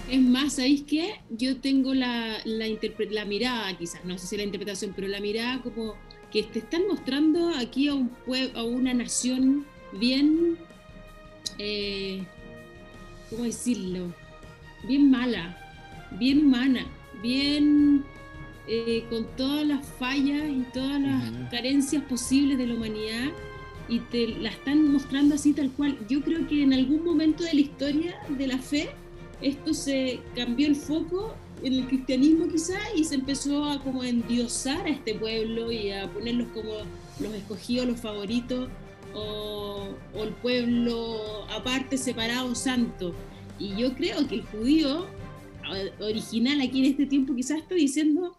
Es más, ¿sabéis qué? Yo tengo la mirada, quizás, no sé si la interpretación, pero la mirada como que te están mostrando aquí a una nación bien, eh, ¿cómo decirlo? Bien mala, bien humana, bien con todas las fallas y todas las carencias posibles de la humanidad y te la están mostrando así tal cual. Yo creo que en algún momento de la historia de la fe esto se cambió el foco en el cristianismo quizás y se empezó a como endiosar a este pueblo y a ponerlos como los escogidos, los favoritos o el pueblo aparte, separado, santo. Y yo creo que el judío original aquí en este tiempo quizás está diciendo...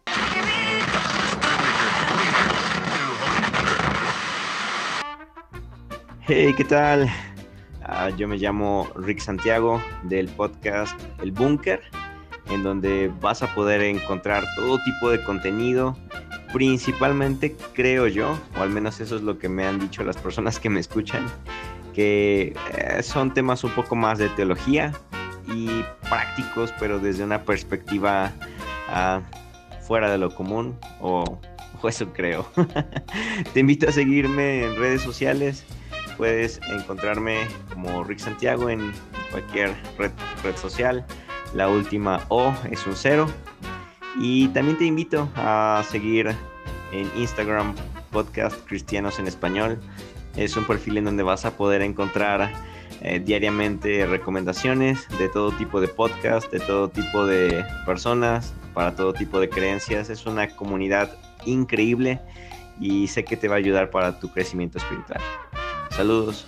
Hey, ¿qué tal? Yo me llamo Rick Santiago del podcast El Búnker, en donde vas a poder encontrar todo tipo de contenido, principalmente creo yo, o al menos eso es lo que me han dicho las personas que me escuchan, que son temas un poco más de teología y prácticos, pero desde una perspectiva fuera de lo común, o eso creo. Te invito a seguirme en redes sociales. Puedes encontrarme como Rick Santiago en cualquier red social. La última O es un 0. Y también te invito a seguir en Instagram Podcast Cristianos en Español. Es un perfil en donde vas a poder encontrar diariamente recomendaciones de todo tipo de podcast, de todo tipo de personas, para todo tipo de creencias. Es una comunidad increíble y sé que te va a ayudar para tu crecimiento espiritual. Saludos.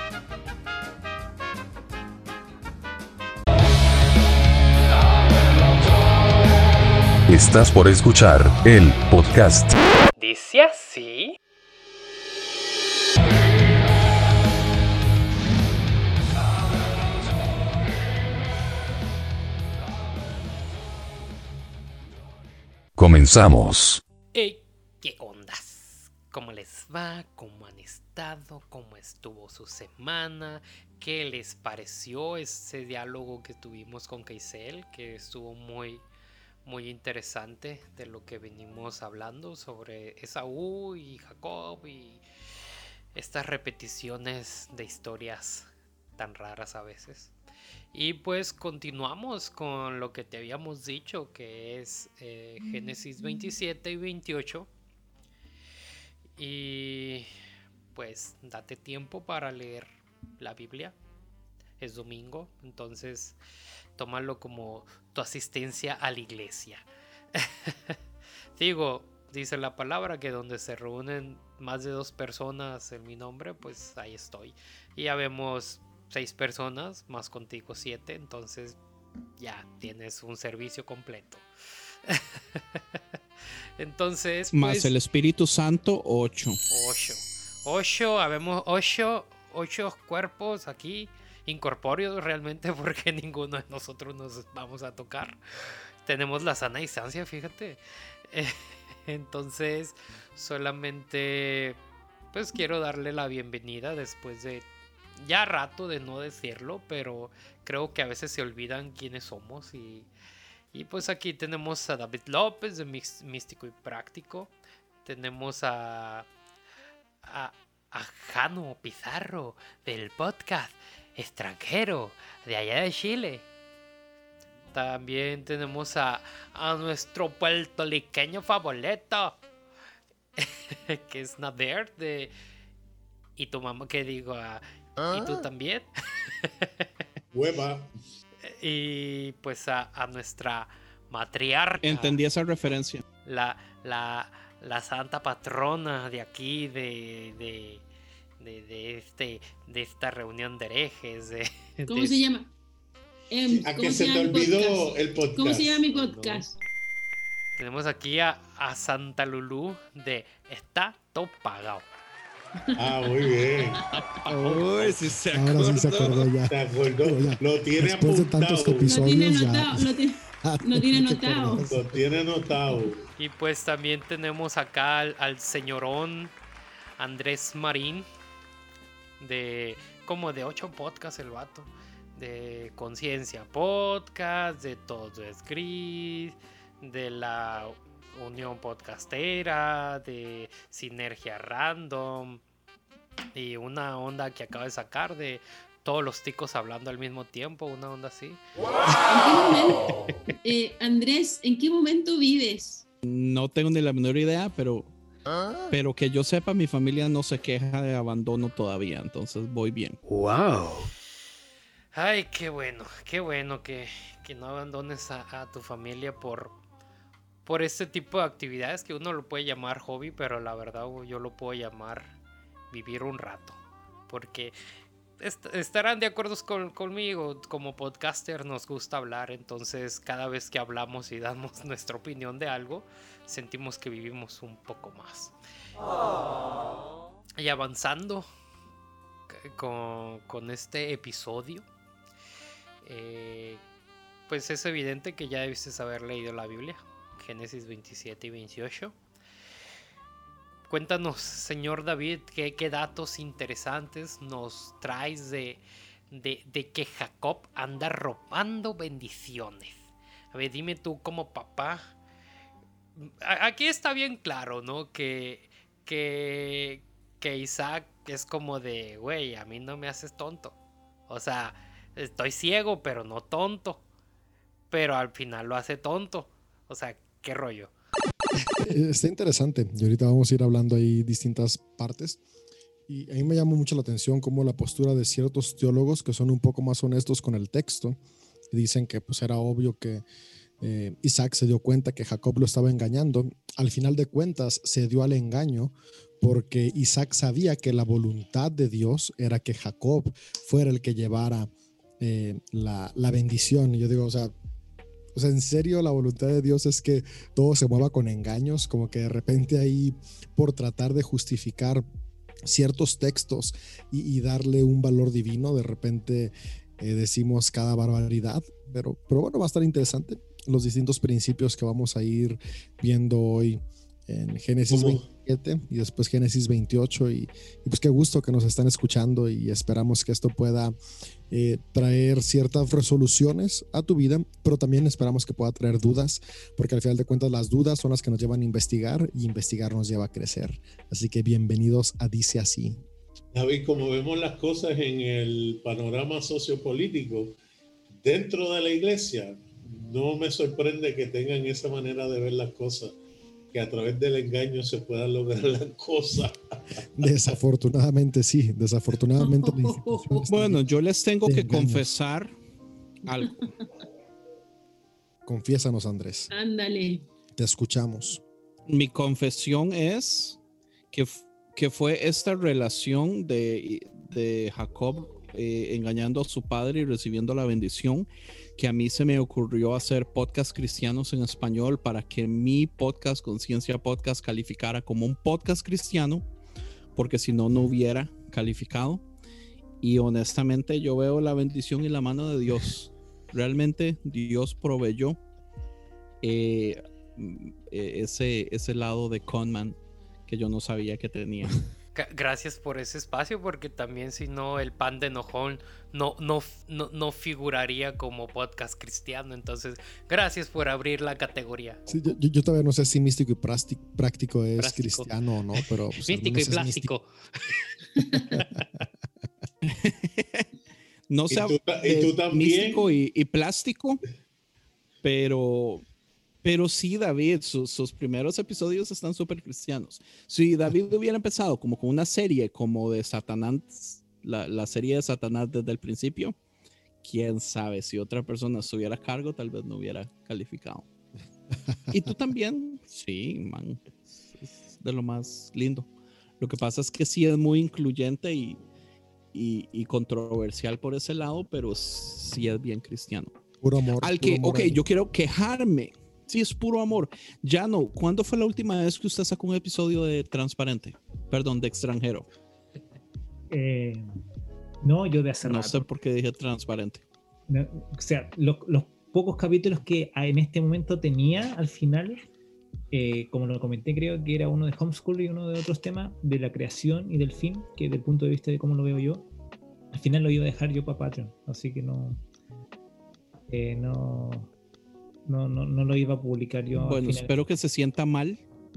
Estás por escuchar el podcast. ¿Dice así? Comenzamos. Hey, ¿qué ondas? ¿Cómo les va? ¿Cómo han estado? ¿Cómo estuvo su semana? ¿Qué les pareció ese diálogo que tuvimos con Keisel? Que estuvo muy interesante, de lo que venimos hablando sobre Esaú y Jacob y estas repeticiones de historias tan raras a veces. Y pues continuamos con lo que te habíamos dicho, que es Génesis 27 y 28. Y pues date tiempo para leer la Biblia. Es domingo, entonces tómalo como tu asistencia a la iglesia. Dice la palabra que donde se reúnen más de 2 personas en mi nombre, pues ahí estoy. Y ya vemos 6 personas, más contigo 7, entonces ya tienes un servicio completo. Entonces, más pues, el Espíritu Santo, 8. 8, habemos 8 cuerpos aquí, incorpóreos realmente, porque ninguno de nosotros nos vamos a tocar. Tenemos la sana distancia, fíjate. Entonces, solamente pues quiero darle la bienvenida después de ya rato de no decirlo, pero creo que a veces se olvidan quiénes somos. Y pues aquí tenemos a David López de Místico y Práctico. Tenemos a Jano Pizarro del podcast extranjero de allá de Chile. También tenemos a nuestro puertorriqueño favorito, que es Nader de... Y tu mamá, que digo, ¿y tú también? Hueva. Y pues a nuestra matriarca. Entendí esa referencia. La santa patrona de aquí, de esta reunión de herejes. ¿Cómo se llama? ¿A qué se te olvidó el podcast? ¿Cómo se llama mi podcast? No. Tenemos aquí a Santa Lulú de Está Todo Pagado. Ah, muy bien. Uy, sí se acordó. Ahora sí se acordó ya. ¿Te acordó? Ya. Lo tiene Después de tantos apuntado. episodios Lo tiene anotado. Lo tiene anotado. Y pues también tenemos acá al señorón Andrés Marín, de como de 8 podcasts el vato, de Conciencia Podcast, de Todo es Gris, de la Unión Podcastera, de Sinergia Random y una onda que acabo de sacar de todos los ticos hablando al mismo tiempo, una onda así. Andrés, ¿en qué momento vives? No tengo ni la menor idea, pero que yo sepa, mi familia no se queja de abandono todavía, entonces voy bien. ¡Wow! Ay, qué bueno que no abandones a tu familia por este tipo de actividades que uno lo puede llamar hobby, pero la verdad yo lo puedo llamar vivir un rato, porque estarán de acuerdo conmigo, como podcaster nos gusta hablar, entonces cada vez que hablamos y damos nuestra opinión de algo, sentimos que vivimos un poco más. Y avanzando con este episodio, pues es evidente que ya debiste haber leído la Biblia, Génesis 27 y 28. Cuéntanos, señor David, qué datos interesantes nos traes de que Jacob anda robando bendiciones. A ver, dime tú como papá. Aquí está bien claro, ¿no? Que Isaac es como de, güey, a mí no me haces tonto. O sea, estoy ciego, pero no tonto. Pero al final lo hace tonto. O sea, ¿qué rollo? Está interesante y ahorita vamos a ir hablando ahí distintas partes, y a mí me llama mucho la atención cómo la postura de ciertos teólogos que son un poco más honestos con el texto dicen que pues era obvio que Isaac se dio cuenta que Jacob lo estaba engañando. Al final de cuentas se dio al engaño porque Isaac sabía que la voluntad de Dios era que Jacob fuera el que llevara la bendición. Y yo digo, o sea, en serio, la voluntad de Dios es que todo se mueva con engaños, como que de repente ahí por tratar de justificar ciertos textos y darle un valor divino, de repente decimos cada barbaridad, pero bueno, va a estar interesante los distintos principios que vamos a ir viendo hoy en Génesis 27 y después Génesis 28 y pues qué gusto que nos están escuchando y esperamos que esto pueda traer ciertas resoluciones a tu vida, pero también esperamos que pueda traer dudas, porque al final de cuentas las dudas son las que nos llevan a investigar y investigar nos lleva a crecer. Así que bienvenidos a Dice Así. David, como vemos las cosas en el panorama sociopolítico dentro de la iglesia, no me sorprende que tengan esa manera de ver las cosas, que a través del engaño se puedan lograr las cosas. Desafortunadamente sí, desafortunadamente. Bueno, yo les tengo que confesar algo. Confiésanos, Andrés. Ándale. Te escuchamos. Mi confesión es que fue esta relación de Jacob engañando a su padre y recibiendo la bendición, que a mí se me ocurrió hacer podcast cristianos en español para que mi podcast, Conciencia Podcast, calificara como un podcast cristiano, porque si no, no hubiera calificado. Y honestamente yo veo la bendición y la mano de Dios. Realmente Dios proveyó ese lado de conman que yo no sabía que tenía. Gracias por ese espacio, porque también si no el pan de enojón no figuraría como podcast cristiano. Entonces gracias por abrir la categoría. Sí, yo todavía no sé si místico y práctico es cristiano o no, pero pues, místico y plástico. No sé, ¿Y tú también? Místico y plástico, pero sí, David, sus primeros episodios están súper cristianos. Si David hubiera empezado como con una serie como de Satanás, la serie de Satanás desde el principio, quién sabe, si otra persona estuviera a cargo, tal vez no hubiera calificado. Y tú también, sí, man, es de lo más lindo. Lo que pasa es que sí es muy incluyente y controversial por ese lado, pero sí es bien cristiano. Puro amor. Yo quiero quejarme. Sí, es puro amor. Ya no. ¿Cuándo fue la última vez que usted sacó un episodio de Transparente? Perdón, de Extranjero. No, yo de hace rato. No sé por qué dije Transparente. No, o sea, los pocos capítulos que en este momento tenía al final, como lo comenté, creo que era uno de homeschool y uno de otros temas, de la creación y del fin, que desde el punto de vista de cómo lo veo yo. al final lo iba a dejar yo para Patreon, así que no lo iba a publicar yo. Bueno, espero que se sienta mal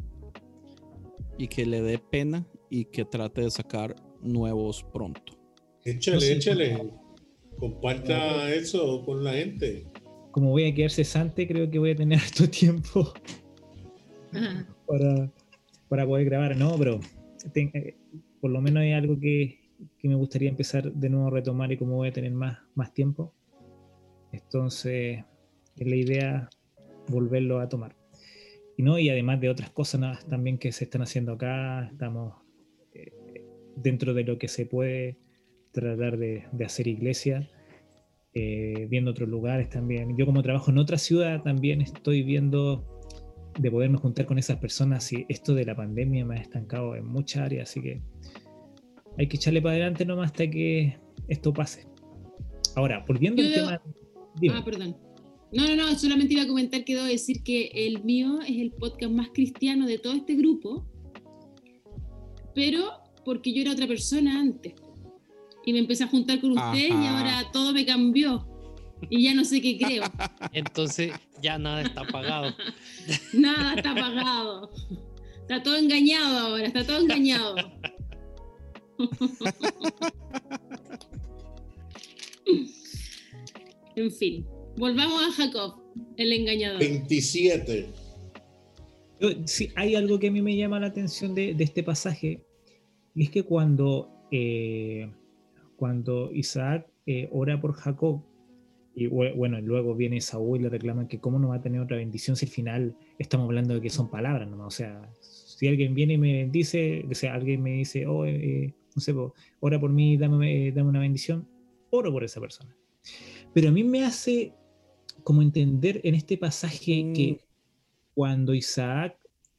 y que le dé pena y que trate de sacar nuevos pronto. Échale. Comparta eso con la gente. Como voy a quedar cesante, creo que voy a tener harto tiempo para poder grabar. No, pero por lo menos hay algo que me gustaría empezar de nuevo a retomar, y como voy a tener más tiempo, entonces es la idea volverlo a tomar. Y además de otras cosas también que se están haciendo acá, estamos dentro de lo que se puede tratar de hacer iglesia, viendo otros lugares también. Yo, como trabajo en otra ciudad, también estoy viendo de poderme juntar con esas personas, y esto de la pandemia me ha estancado en muchas áreas, así que hay que echarle para adelante nomás hasta que esto pase. Ahora, volviendo al tema... Dime. Perdón. No, solamente iba a comentar que debo decir que el mío es el podcast más cristiano de todo este grupo, pero porque yo era otra persona antes y me empecé a juntar con ustedes y ahora todo me cambió y ya no sé qué creo. Entonces ya nada está pagado. Nada está pagado. Está todo engañado ahora, está todo engañado. En fin, volvamos a Jacob, el engañador. 27. Sí, hay algo que a mí me llama la atención de este pasaje, y es que cuando Isaac ora por Jacob, y bueno, luego viene Saúl y le reclaman que cómo no va a tener otra bendición si al final estamos hablando de que son palabras nomás. O sea, si alguien viene y me bendice, o sea, alguien me dice, no sé, ora por mí, dame una bendición, oro por esa persona. Pero a mí me hace como entender en este pasaje que cuando Isaac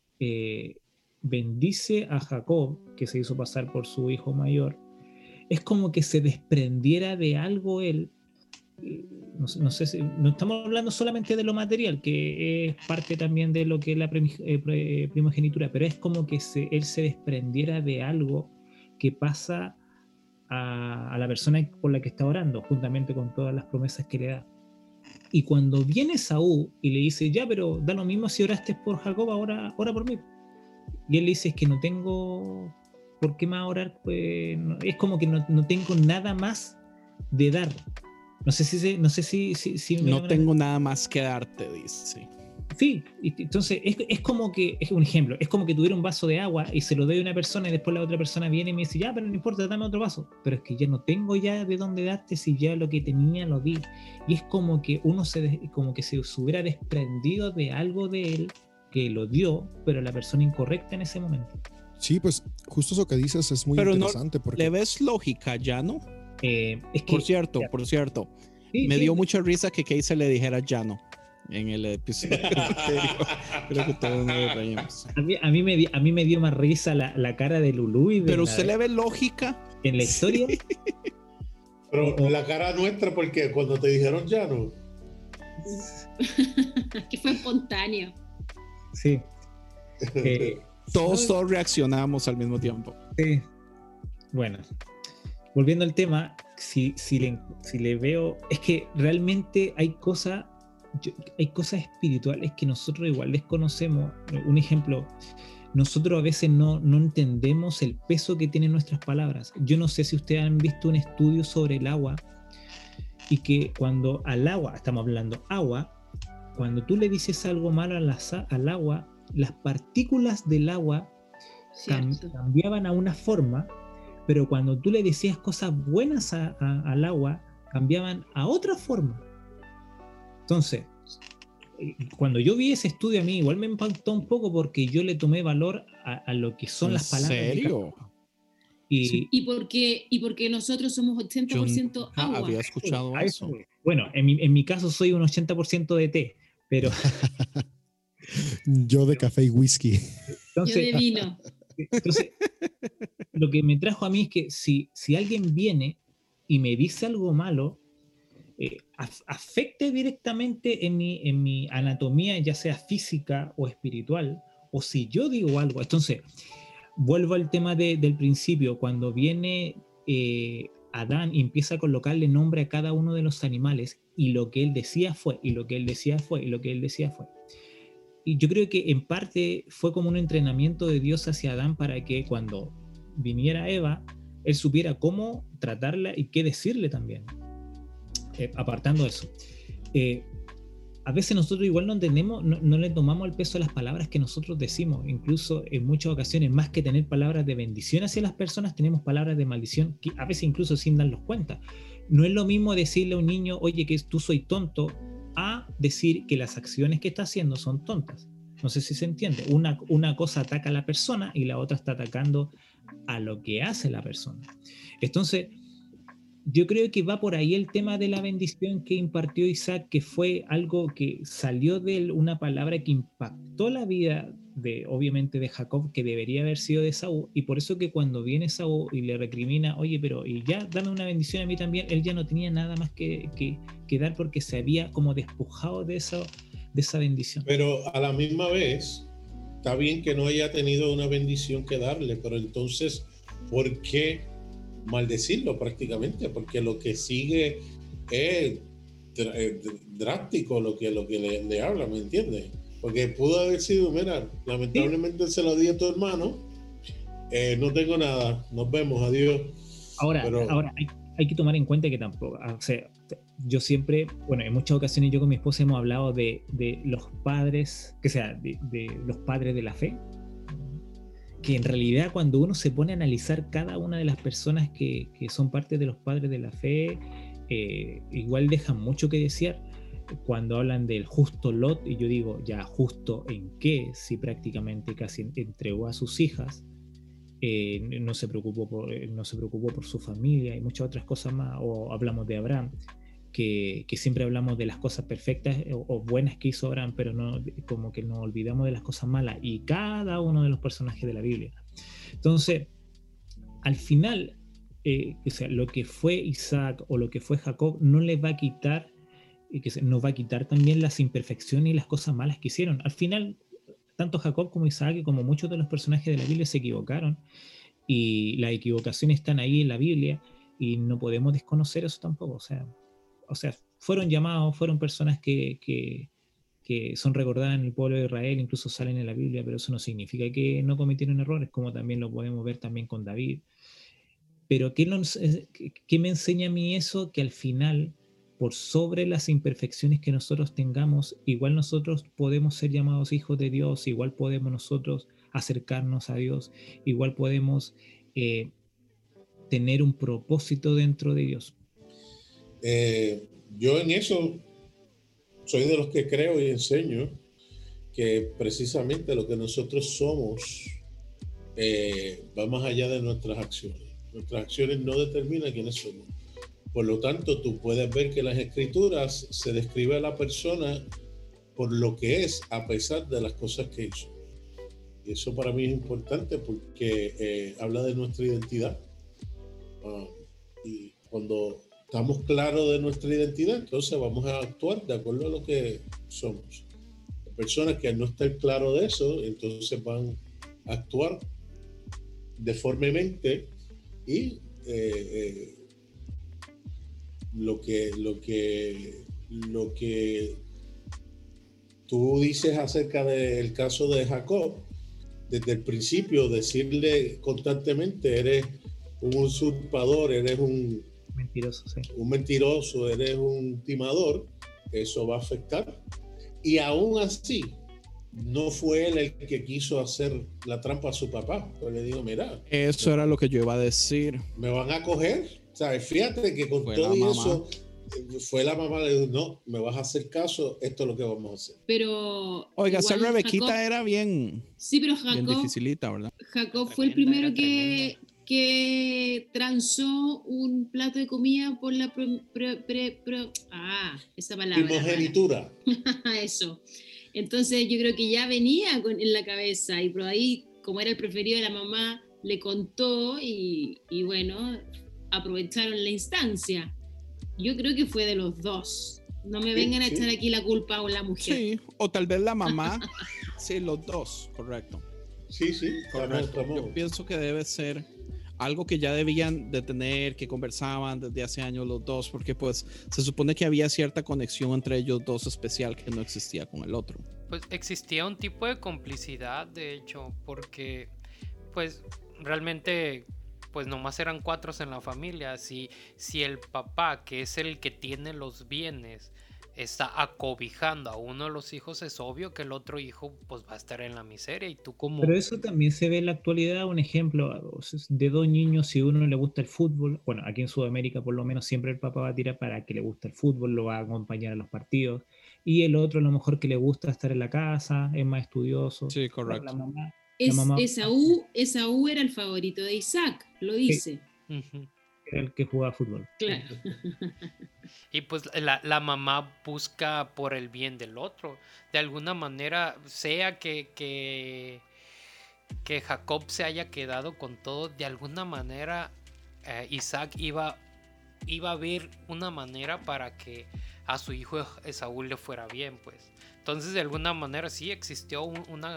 bendice a Jacob, que se hizo pasar por su hijo mayor, es como que se desprendiera de algo él. No sé si, no estamos hablando solamente de lo material, que es parte también de lo que es la primogenitura, pero es como que él se desprendiera de algo que pasa a la persona por la que está orando, juntamente con todas las promesas que le da. Y cuando viene Saúl y le dice, ya, pero da lo mismo si oraste por Jacob, ahora ora por mí. Y él le dice, es que no tengo por qué más orar, pues, es como que no tengo nada más de dar. No sé si no tengo nada más que darte, dice. Sí, entonces es como que, es un ejemplo, es como que tuviera un vaso de agua y se lo doy a una persona y después la otra persona viene y me dice, ya, pero no importa, dame otro vaso. Pero es que ya no tengo ya de dónde darte, si ya lo que tenía lo di. Y es como que uno como que se hubiera desprendido de algo de él que lo dio, pero la persona incorrecta en ese momento. Sí, pues justo eso que dices es muy interesante. Porque ¿le ves lógica ya, no? Es que, por cierto, sí, me dio mucha risa que Casey le dijera Llano en el episodio anterior. Creo que todos nos reímos. A mí me dio más risa la cara de Lulú. Pero usted le ve lógica en la historia. Sí. Pero la cara nuestra, porque cuando te dijeron Llano. Que fue espontáneo. Sí. Todos reaccionamos al mismo tiempo. Sí. Bueno, volviendo al tema, si le veo, es que realmente hay cosas espirituales que nosotros igual desconocemos. Un ejemplo, nosotros a veces no entendemos el peso que tienen nuestras palabras. Yo no sé si ustedes han visto un estudio sobre el agua, y que cuando al agua, estamos hablando agua, cuando tú le dices algo malo al agua, las partículas del agua cambiaban a una forma, pero cuando tú le decías cosas buenas al agua, cambiaban a otra forma. Entonces, cuando yo vi ese estudio, a mí igual me impactó un poco, porque yo le tomé valor a lo que son las palabras. ¿En serio? Y porque nosotros somos 80% agua. Había escuchado eso. Bueno, en mi caso soy un 80% de té, pero... Yo de café y whisky. Entonces, yo de vino. Entonces, lo que me trajo a mí es que si alguien viene y me dice algo malo, afecte directamente en mi anatomía, ya sea física o espiritual, o si yo digo algo. Entonces, vuelvo al tema del principio, cuando viene Adán y empieza a colocarle nombre a cada uno de los animales, y lo que él decía fue, y lo que él decía fue, y lo que él decía fue. Y yo creo que en parte fue como un entrenamiento de Dios hacia Adán para que cuando viniera Eva, él supiera cómo tratarla y qué decirle también. Apartando eso. A veces nosotros igual no entendemos, no le tomamos el peso a las palabras que nosotros decimos. Incluso en muchas ocasiones, más que tener palabras de bendición hacia las personas, tenemos palabras de maldición, que a veces incluso sin darnos cuenta. No es lo mismo decirle a un niño, oye, que tú soy tonto, a decir que las acciones que está haciendo son tontas. No sé si se entiende. Una cosa ataca a la persona y la otra está atacando a lo que hace la persona. Entonces, yo creo que va por ahí el tema de la bendición que impartió Isaac, que fue algo que salió de él, una palabra que impactó la vida obviamente de Jacob, que debería haber sido de Esaú, y por eso que cuando viene Esaú y le recrimina, oye, pero y ya dame una bendición a mí también, él ya no tenía nada más que dar porque se había como despojado de esa bendición. Pero a la misma vez, está bien que no haya tenido una bendición que darle, pero entonces, ¿por qué maldecirlo prácticamente? Porque lo que sigue es drástico lo que le habla, ¿me entiendes? Porque pudo haber sido, mira, lamentablemente se lo di a tu hermano, no tengo nada, nos vemos, adiós. Ahora hay que tomar en cuenta que tampoco, o sea, yo siempre, bueno, en muchas ocasiones yo con mi esposa hemos hablado de los padres, que sea, de los padres de la fe, que en realidad cuando uno se pone a analizar cada una de las personas que son parte de los padres de la fe, igual dejan mucho que desear. Cuando hablan del justo Lot, y yo digo, ya, ¿justo en qué? Si prácticamente casi entregó a sus hijas, no se preocupó por su familia y muchas otras cosas más. O hablamos de Abraham, que siempre hablamos de las cosas perfectas o buenas que hizo Abraham, pero no, como que nos olvidamos de las cosas malas, y cada uno de los personajes de la Biblia. Entonces, al final, o sea, lo que fue Isaac o lo que fue Jacob no le va a quitar, nos va a quitar también las imperfecciones y las cosas malas que hicieron. Al final, tanto Jacob como Isaac y como muchos de los personajes de la Biblia se equivocaron, y las equivocaciones están ahí en la Biblia y no podemos desconocer eso tampoco. O sea, fueron llamados, fueron personas que son recordadas en el pueblo de Israel, incluso salen en la Biblia, pero eso no significa que no cometieron errores, como también lo podemos ver también con David. Pero ¿qué me enseña a mí eso? Que al final, por sobre las imperfecciones que nosotros tengamos, igual nosotros podemos ser llamados hijos de Dios, igual podemos nosotros acercarnos a Dios, igual podemos tener un propósito dentro de Dios. Yo en eso soy de los que creo y enseño que precisamente lo que nosotros somos va más allá de nuestras acciones. Nuestras acciones no determinan quiénes somos. Por lo tanto, tú puedes ver que en las Escrituras se describe a la persona por lo que es, a pesar de las cosas que hizo. Y eso para mí es importante porque habla de nuestra identidad. Y cuando estamos claros de nuestra identidad, entonces vamos a actuar de acuerdo a lo que somos. Las personas que al no estar claro de eso, entonces van a actuar deformemente, y lo que tú dices acerca del caso de Jacob, desde el principio decirle constantemente, eres un usurpador, eres un mentiroso, sí. Un mentiroso, eres un timador, eso va a afectar. Y aún así, no fue él el que quiso hacer la trampa a su papá. Pues le digo, mira, eso era lo que yo iba a decir. ¿Me van a coger? O sea, fíjate que con todo y eso, fue la mamá, le dijo, no, me vas a hacer caso, esto es lo que vamos a hacer. Pero oiga, esa igual Rebequita Jacob, era bien, sí, pero Jacob, bien dificilita, ¿verdad? Jacob fue el primero que transó un plato de comida por la esa palabra. Primogenitura. Eso. Entonces yo creo que ya venía en la cabeza, y por ahí, como era el preferido de la mamá, le contó y bueno, aprovecharon la instancia. Yo creo que fue de los dos. No me vengan a echar aquí la culpa a la mujer. Sí, o tal vez la mamá. Sí, los dos, correcto. Sí, correcto. Yo pienso que debe ser. algo que ya debían de tener, que conversaban desde hace años los dos, porque pues se supone que había cierta conexión entre ellos dos especial que no existía con el otro. Pues existía un tipo de complicidad, de hecho, porque pues realmente pues nomás eran 4 en la familia. Si el papá, que es el que tiene los bienes, está acobijando a uno de los hijos, es obvio que el otro hijo pues va a estar en la miseria, y tú como... Pero eso también se ve en la actualidad, un ejemplo de dos niños, si uno le gusta el fútbol, bueno, aquí en Sudamérica por lo menos siempre el papá va a tirar para que le guste el fútbol, lo va a acompañar a los partidos, y el otro a lo mejor que le gusta estar en la casa, es más estudioso. Sí, correcto. La mamá, Esaú era el favorito de Isaac, lo dice. Ujú. era el que jugaba fútbol. Claro. Y pues la mamá busca por el bien del otro. De alguna manera, sea que Jacob se haya quedado con todo, de alguna manera Isaac iba a ver una manera para que a su hijo Esaú le fuera bien, pues. Entonces, de alguna manera sí existió una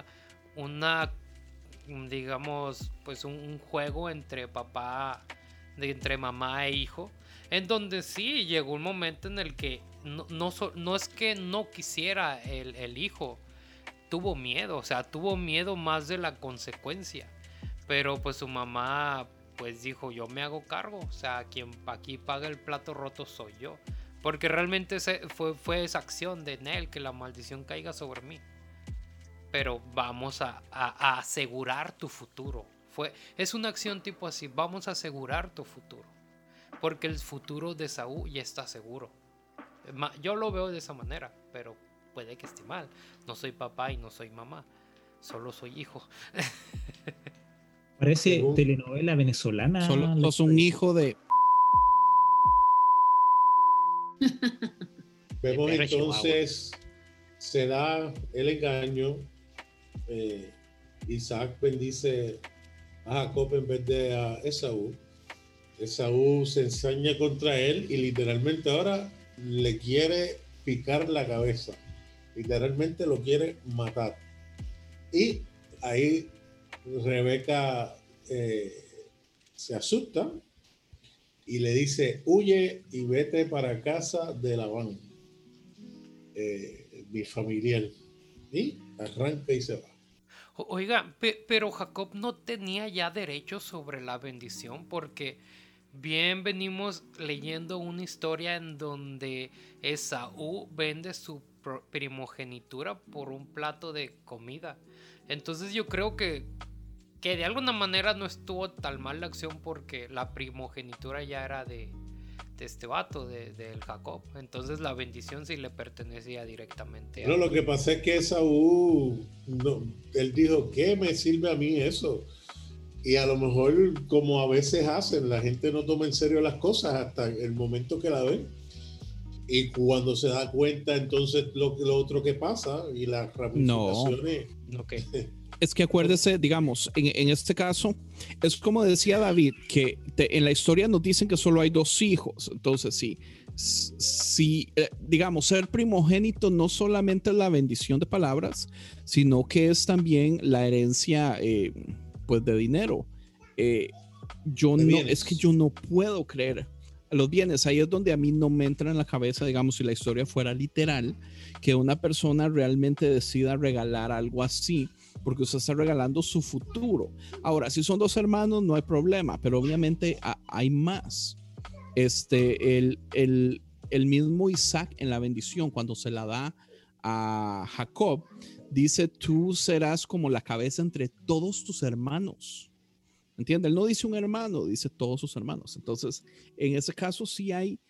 digamos, pues un juego entre entre mamá e hijo, en donde sí llegó un momento en el que no es que no quisiera el hijo, tuvo miedo, o sea, tuvo miedo más de la consecuencia, pero pues su mamá pues dijo, yo me hago cargo, o sea, quien aquí paga el plato roto soy yo, porque realmente fue esa acción de Nel, que la maldición caiga sobre mí, pero vamos a asegurar tu futuro. Es una acción tipo así, vamos a asegurar tu futuro, porque el futuro de Saúl ya está seguro. Yo lo veo de esa manera, pero puede que esté mal. No soy papá y no soy mamá, solo soy hijo. Parece telenovela venezolana. Solo sos un hijo de... Vemos entonces, se da el engaño. Isaac bendice a Jacob en vez de a Esaú. Esaú se ensaña contra él y literalmente ahora le quiere picar la cabeza. Literalmente lo quiere matar. Y ahí Rebeca se asusta y le dice, huye y vete para casa de Labán, mi familiar. Y arranca y se va. Oiga, pero Jacob no tenía ya derecho sobre la bendición, porque bien venimos leyendo una historia en donde Esaú vende su primogenitura por un plato de comida. Entonces yo creo que de alguna manera no estuvo tan mal la acción, porque la primogenitura ya era de este vato, del Jacob. Entonces la bendición sí le pertenecía directamente a... No, lo que pasa es que Esaú, él dijo, ¿qué me sirve a mí eso? Y a lo mejor, como a veces hacen, la gente no toma en serio las cosas hasta el momento que la ven. Y cuando se da cuenta, entonces lo otro que pasa y las ramificaciones... No. Okay. Es que acuérdese, digamos, en este caso, es como decía David, que en la historia nos dicen que solo hay 2 hijos. Entonces, sí, digamos, ser primogénito no solamente es la bendición de palabras, sino que es también la herencia, pues, de dinero. Es que yo no puedo creer los bienes. Ahí es donde a mí no me entra en la cabeza, digamos, si la historia fuera literal, que una persona realmente decida regalar algo así, porque usted está regalando su futuro. Ahora, si son 2 hermanos, no hay problema, pero obviamente hay más. El mismo Isaac en la bendición, cuando se la da a Jacob, dice, tú serás como la cabeza entre todos tus hermanos. ¿Entiende? Él no dice un hermano, dice todos sus hermanos. Entonces, en ese caso sí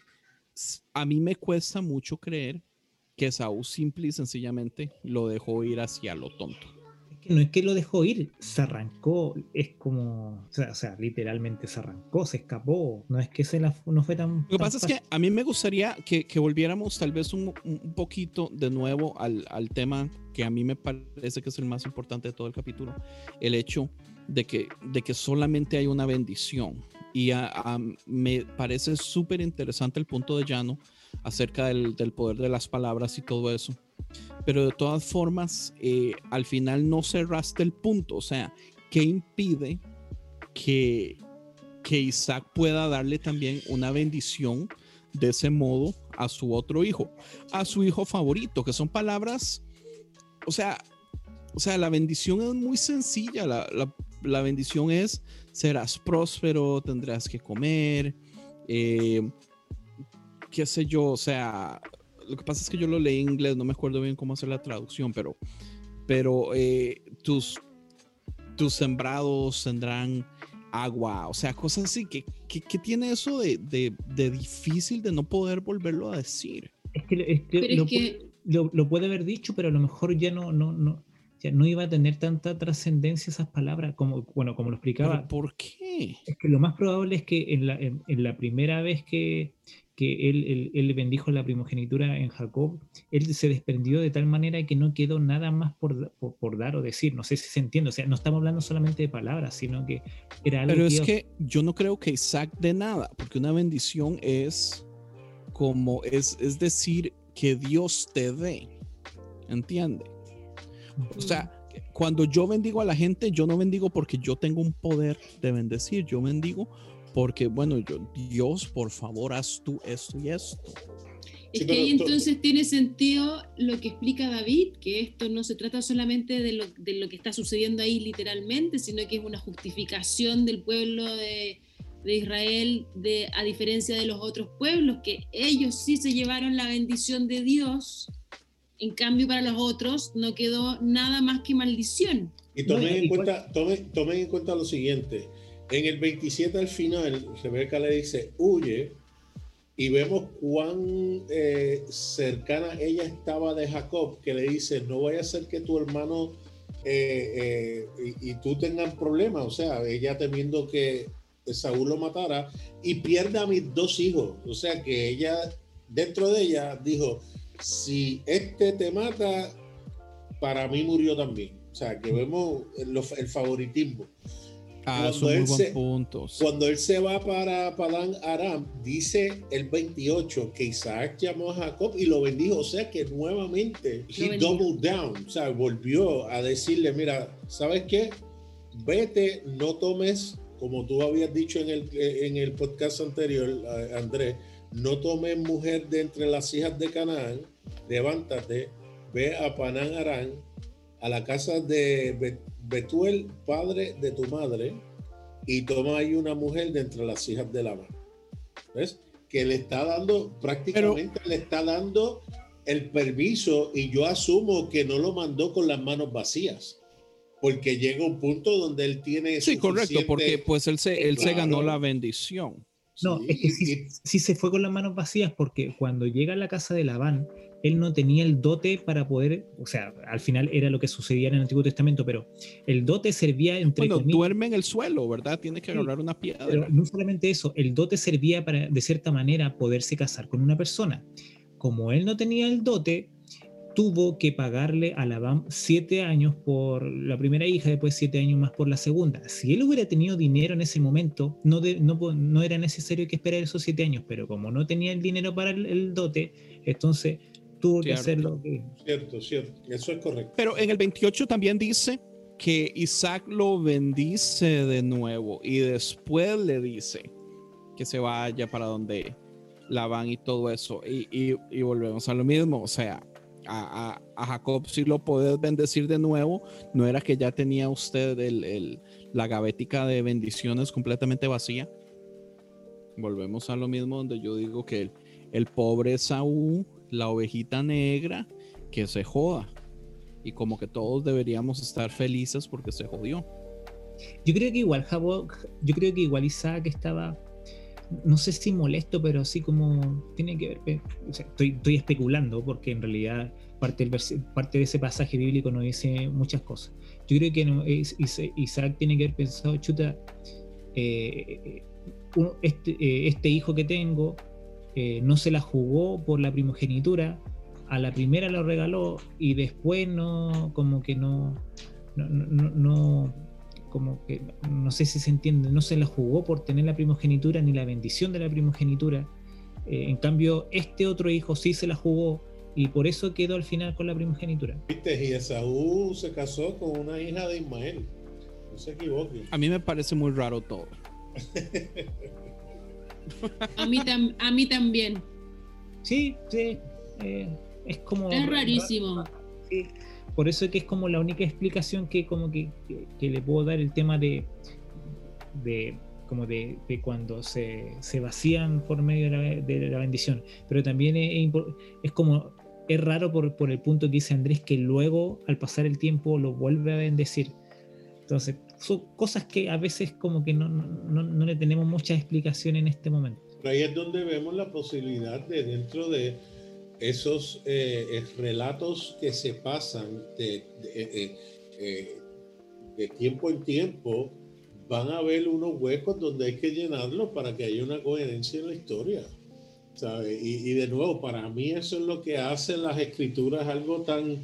a mí me cuesta mucho creer que Esaú simple y sencillamente lo dejó ir hacia lo tonto. No es que lo dejó ir, se arrancó, es como, o sea, literalmente se arrancó, se escapó, no es que no fue tan... Lo que pasa es que a mí me gustaría que volviéramos tal vez un poquito de nuevo al tema que a mí me parece que es el más importante de todo el capítulo, el hecho de que solamente hay una bendición. Y me parece súper interesante el punto de Llano acerca del poder de las palabras y todo eso. Pero de todas formas, al final no cerraste el punto. O sea, ¿qué impide que que Isaac pueda darle también una bendición de ese modo a su otro hijo, a su hijo favorito, que son palabras, o sea, la bendición es muy sencilla, la bendición es: serás próspero, tendrás que comer, qué sé yo, o sea, lo que pasa es que yo lo leí en inglés, no me acuerdo bien cómo hacer la traducción, pero tus sembrados tendrán agua, o sea, cosas así. ¿Qué tiene eso de difícil de no poder volverlo a decir? Lo puede haber dicho, pero a lo mejor ya no iba a tener tanta trascendencia esas palabras, como lo explicaba. ¿Pero por qué? Es que lo más probable es que en la primera vez que él bendijo la primogenitura en Jacob, él se desprendió de tal manera que no quedó nada más por dar o decir. No sé si se entiende, o sea, no estamos hablando solamente de palabras, sino que era algo. Pero es que yo no creo que Isaac dé nada, porque una bendición es como, es decir, que Dios te dé, ¿entiende? O sea, cuando yo bendigo a la gente, yo no bendigo porque yo tengo un poder de bendecir, yo bendigo porque, bueno, Dios, por favor, haz tú esto y esto. Es que ahí entonces tiene sentido lo que explica David, que esto no se trata solamente de lo que está sucediendo ahí literalmente, sino que es una justificación del pueblo de Israel, a diferencia de los otros pueblos, que ellos sí se llevaron la bendición de Dios. En cambio, para los otros no quedó nada más que maldición. Y tomen en cuenta lo siguiente. En el 27 al final, Rebeca le dice, huye, y vemos cuán cercana ella estaba de Jacob, que le dice, no vaya a ser que tu hermano y tú tengan problemas. O sea, ella temiendo que Saúl lo matara y pierda a mis 2 hijos. O sea, que ella, dentro de ella, dijo, si este te mata, para mí murió también. O sea, que vemos el favoritismo. Son muy buenos puntos. Cuando él se va para Padán Aram, dice el 28 que Isaac llamó a Jacob y lo bendijo. O sea, que nuevamente he doubled down. O sea, volvió a decirle, mira, ¿sabes qué? Vete, no tomes, como tú habías dicho en el podcast anterior, Andrés, no tomes mujer de entre las hijas de Canaán, levántate, ve a Padán Aram, a la casa de Betuel, padre de tu madre, y toma ahí una mujer de entre las hijas de Labán. ¿Ves? Que le está dando, prácticamente le está dando el permiso, y yo asumo que no lo mandó con las manos vacías, porque llega un punto donde él tiene sí, correcto, porque pues él se ganó la bendición. No, sí, es que sí se fue con las manos vacías, porque cuando llega a la casa de Labán, él no tenía el dote para poder, o sea, al final era lo que sucedía en el Antiguo Testamento, pero el dote servía entre comillas. Duerme en el suelo, ¿verdad? Tiene que agarrar una piedra. Pero no solamente eso, el dote servía para, de cierta manera, poderse casar con una persona. Como él no tenía el dote, tuvo que pagarle a Labán 7 años por la primera hija, después 7 años más por la segunda. Si él hubiera tenido dinero en ese momento, no era necesario que esperar esos 7 años, pero como no tenía el dinero para el dote, entonces tuvo que hacerlo. Cierto, eso es correcto. Pero en el 28 también dice que Isaac lo bendice de nuevo y después le dice que se vaya para donde Labán y todo eso, y volvemos a lo mismo. O sea, a Jacob sí lo puedes bendecir de nuevo. No era que ya tenía usted la gavética de bendiciones completamente vacía. Volvemos a lo mismo, donde yo digo que el pobre Saúl, la ovejita negra, que se joda, y como que todos deberíamos estar felices porque se jodió. Yo creo que igual Isaac estaba, no sé si molesto, pero así como tiene que ver, o sea, estoy especulando, porque en realidad parte de ese pasaje bíblico nos dice muchas cosas. Yo creo que Isaac tiene que haber pensado, chuta, este hijo que tengo no se la jugó por la primogenitura, a la primera lo regaló y después como que no sé si se entiende, no se la jugó por tener la primogenitura ni la bendición de la primogenitura. En cambio, este otro hijo sí se la jugó y por eso quedó al final con la primogenitura. ¿Viste? Y Esaú se casó con una hija de Ismael. No se equivoque. A mí me parece muy raro todo. A mí también. Sí, es como... Es rarísimo. Sí. Por eso es que es como la única explicación que como que le puedo dar el tema de cuando se vacían por medio de la bendición. Pero también es como... Es raro por el punto que dice Andrés, que luego, al pasar el tiempo, lo vuelve a bendecir. Entonces, son cosas que a veces como que no le tenemos mucha explicación en este momento. Pero ahí es donde vemos la posibilidad de, dentro de esos relatos que se pasan de tiempo en tiempo, van a haber unos huecos donde hay que llenarlos para que haya una coherencia en la historia, ¿sabes? Y de nuevo, para mí eso es lo que hace las escrituras algo tan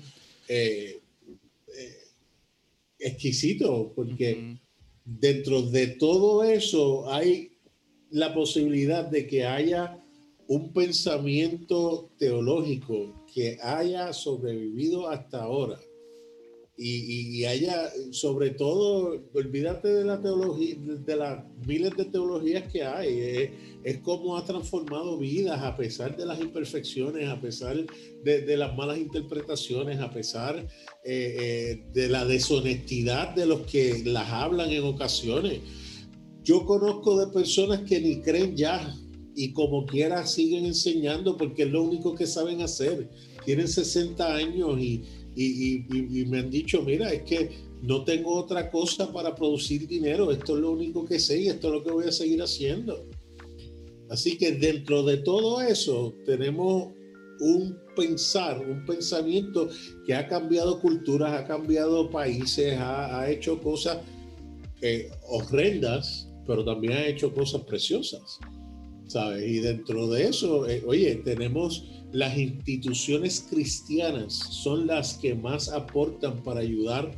exquisito, porque dentro de todo eso hay la posibilidad de que haya un pensamiento teológico que haya sobrevivido hasta ahora y haya, sobre todo, olvídate de la teología, de las miles de teologías que hay, es como ha transformado vidas a pesar de las imperfecciones, a pesar de las malas interpretaciones, a pesar de la deshonestidad de los que las hablan en ocasiones. Yo conozco de personas que ni creen ya y como quiera siguen enseñando porque es lo único que saben hacer. Tienen 60 años y me han dicho, mira, es que no tengo otra cosa para producir dinero, esto es lo único que sé y esto es lo que voy a seguir haciendo. Así que dentro de todo eso tenemos un pensamiento que ha cambiado culturas, ha cambiado países, ha hecho cosas horrendas, pero también ha hecho cosas preciosas, ¿sabes? Y dentro de eso, oye, tenemos las instituciones cristianas, son las que más aportan para ayudar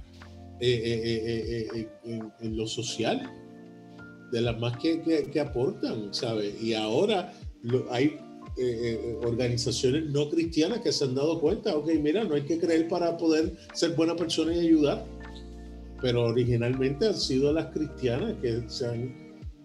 en lo social, de las más que aportan, ¿sabes? Y ahora hay organizaciones no cristianas que se han dado cuenta, ok, mira, no hay que creer para poder ser buena persona y ayudar. Pero originalmente han sido las cristianas que se han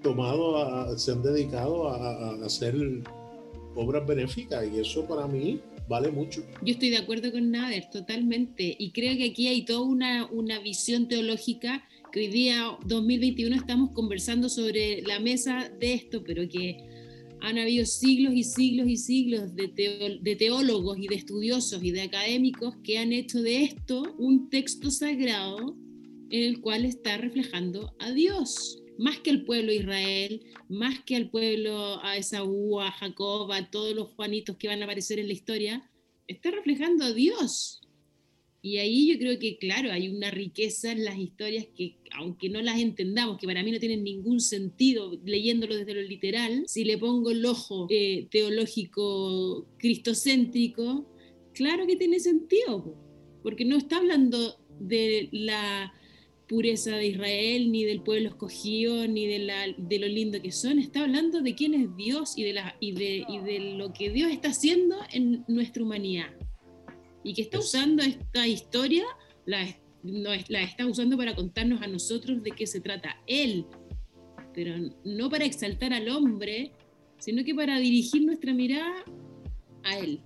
dedicado a hacer obras benéficas y eso para mí vale mucho. Yo estoy de acuerdo con Nader, totalmente, y creo que aquí hay toda una visión teológica que hoy día, 2021, estamos conversando sobre la mesa de esto, pero que han habido siglos y siglos y siglos de teólogos y de estudiosos y de académicos que han hecho de esto un texto sagrado en el cual está reflejando a Dios, más que al pueblo de Israel, más que al pueblo, a Esaú, a Jacob, a todos los Juanitos que van a aparecer en la historia, está reflejando a Dios. Y ahí yo creo que, claro, hay una riqueza en las historias que, aunque no las entendamos, que para mí no tienen ningún sentido leyéndolo desde lo literal, si le pongo el ojo teológico cristocéntrico, claro que tiene sentido, porque no está hablando de la pureza de Israel, ni del pueblo escogido, ni de lo lindo que son. Está hablando de quién es Dios y de lo que Dios está haciendo en nuestra humanidad. Y que está usando esta historia, la está usando para contarnos a nosotros de qué se trata Él, pero no para exaltar al hombre, sino que para dirigir nuestra mirada a Él.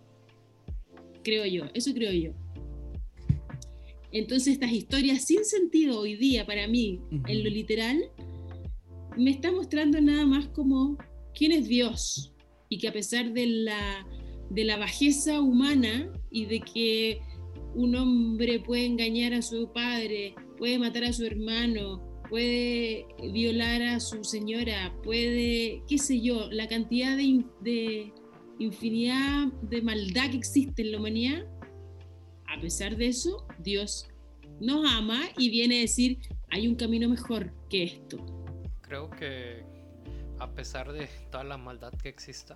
Eso creo yo. Entonces estas historias sin sentido hoy día para mí, en lo literal, me está mostrando nada más como quién es Dios y que a pesar de la bajeza humana y de que un hombre puede engañar a su padre, puede matar a su hermano, puede violar a su señora, puede, qué sé yo, la cantidad de infinidad de maldad que existe en la humanidad, a pesar de eso, Dios nos ama y viene a decir, hay un camino mejor que esto. Creo que a pesar de toda la maldad que exista,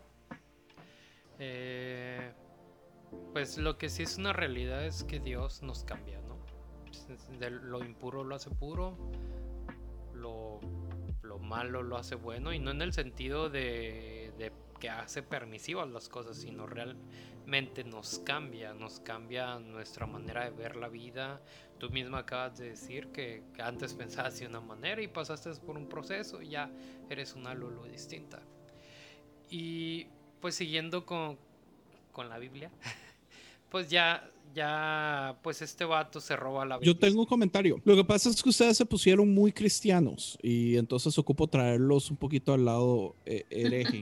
pues lo que sí es una realidad es que Dios nos cambia, ¿no? De lo impuro lo hace puro, lo malo lo hace bueno, y no en el sentido de que hace permisivas las cosas, sino realmente nos cambia nuestra manera de ver la vida. Tú misma acabas de decir que antes pensabas de una manera y pasaste por un proceso y ya eres una Lulu distinta. Y pues siguiendo con la Biblia, pues ya pues este vato se roba la Biblia. Yo tengo un comentario. Lo que pasa es que ustedes se pusieron muy cristianos y entonces ocupo traerlos un poquito al lado hereje.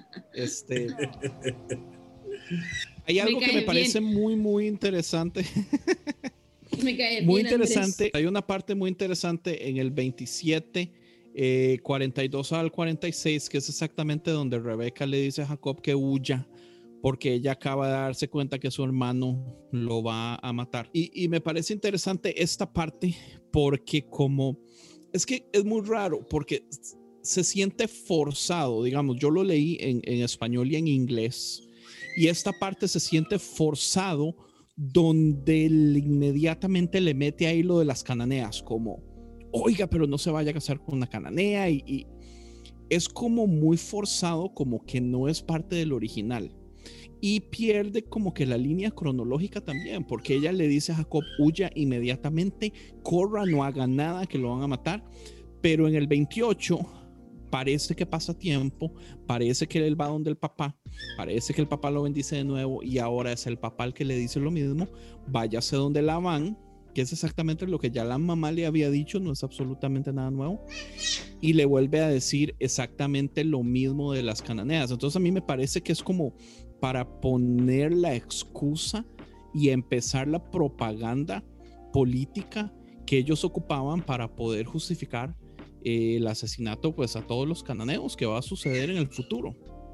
Hay algo que me parece muy interesante. Me cae muy bien, interesante. Andrés. Hay una parte muy interesante en el 27, 42 al 46, que es exactamente donde Rebeca le dice a Jacob que huya porque ella acaba de darse cuenta que su hermano lo va a matar. Y me parece interesante esta parte porque es que es muy raro porque se siente forzado, digamos, yo lo leí en español y en inglés, y esta parte se siente forzado donde inmediatamente le mete ahí lo de las cananeas, como, oiga, pero no se vaya a casar con una cananea, y es como muy forzado, como que no es parte del original. Y pierde como que la línea cronológica también, porque ella le dice a Jacob, huya inmediatamente, corra, no haga nada, que lo van a matar. Pero en el 28 parece que pasa tiempo, parece que él va donde el papá, parece que el papá lo bendice de nuevo y ahora es el papá el que le dice lo mismo, váyase donde Labán, que es exactamente lo que ya la mamá le había dicho, no es absolutamente nada nuevo, y le vuelve a decir exactamente lo mismo de las cananeas. Entonces a mí me parece que es como para poner la excusa y empezar la propaganda política que ellos ocupaban para poder justificar el asesinato pues a todos los cananeos que va a suceder en el futuro.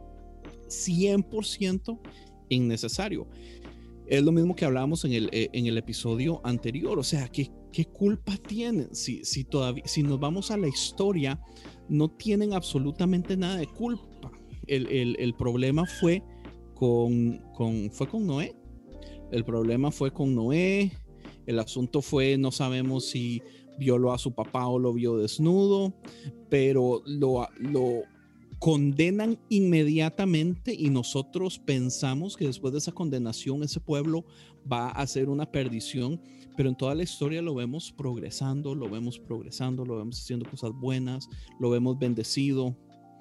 100% innecesario. Es lo mismo que hablábamos en el episodio anterior. O sea, ¿qué culpa tienen? Si nos vamos a la historia, no tienen absolutamente nada de culpa. El problema fue con Noé. El problema fue con Noé. El asunto fue, no sabemos si violó a su papá o lo vio desnudo, pero lo condenan inmediatamente y nosotros pensamos que después de esa condenación ese pueblo va a ser una perdición, pero en toda la historia lo vemos progresando, lo vemos haciendo cosas buenas, lo vemos bendecido,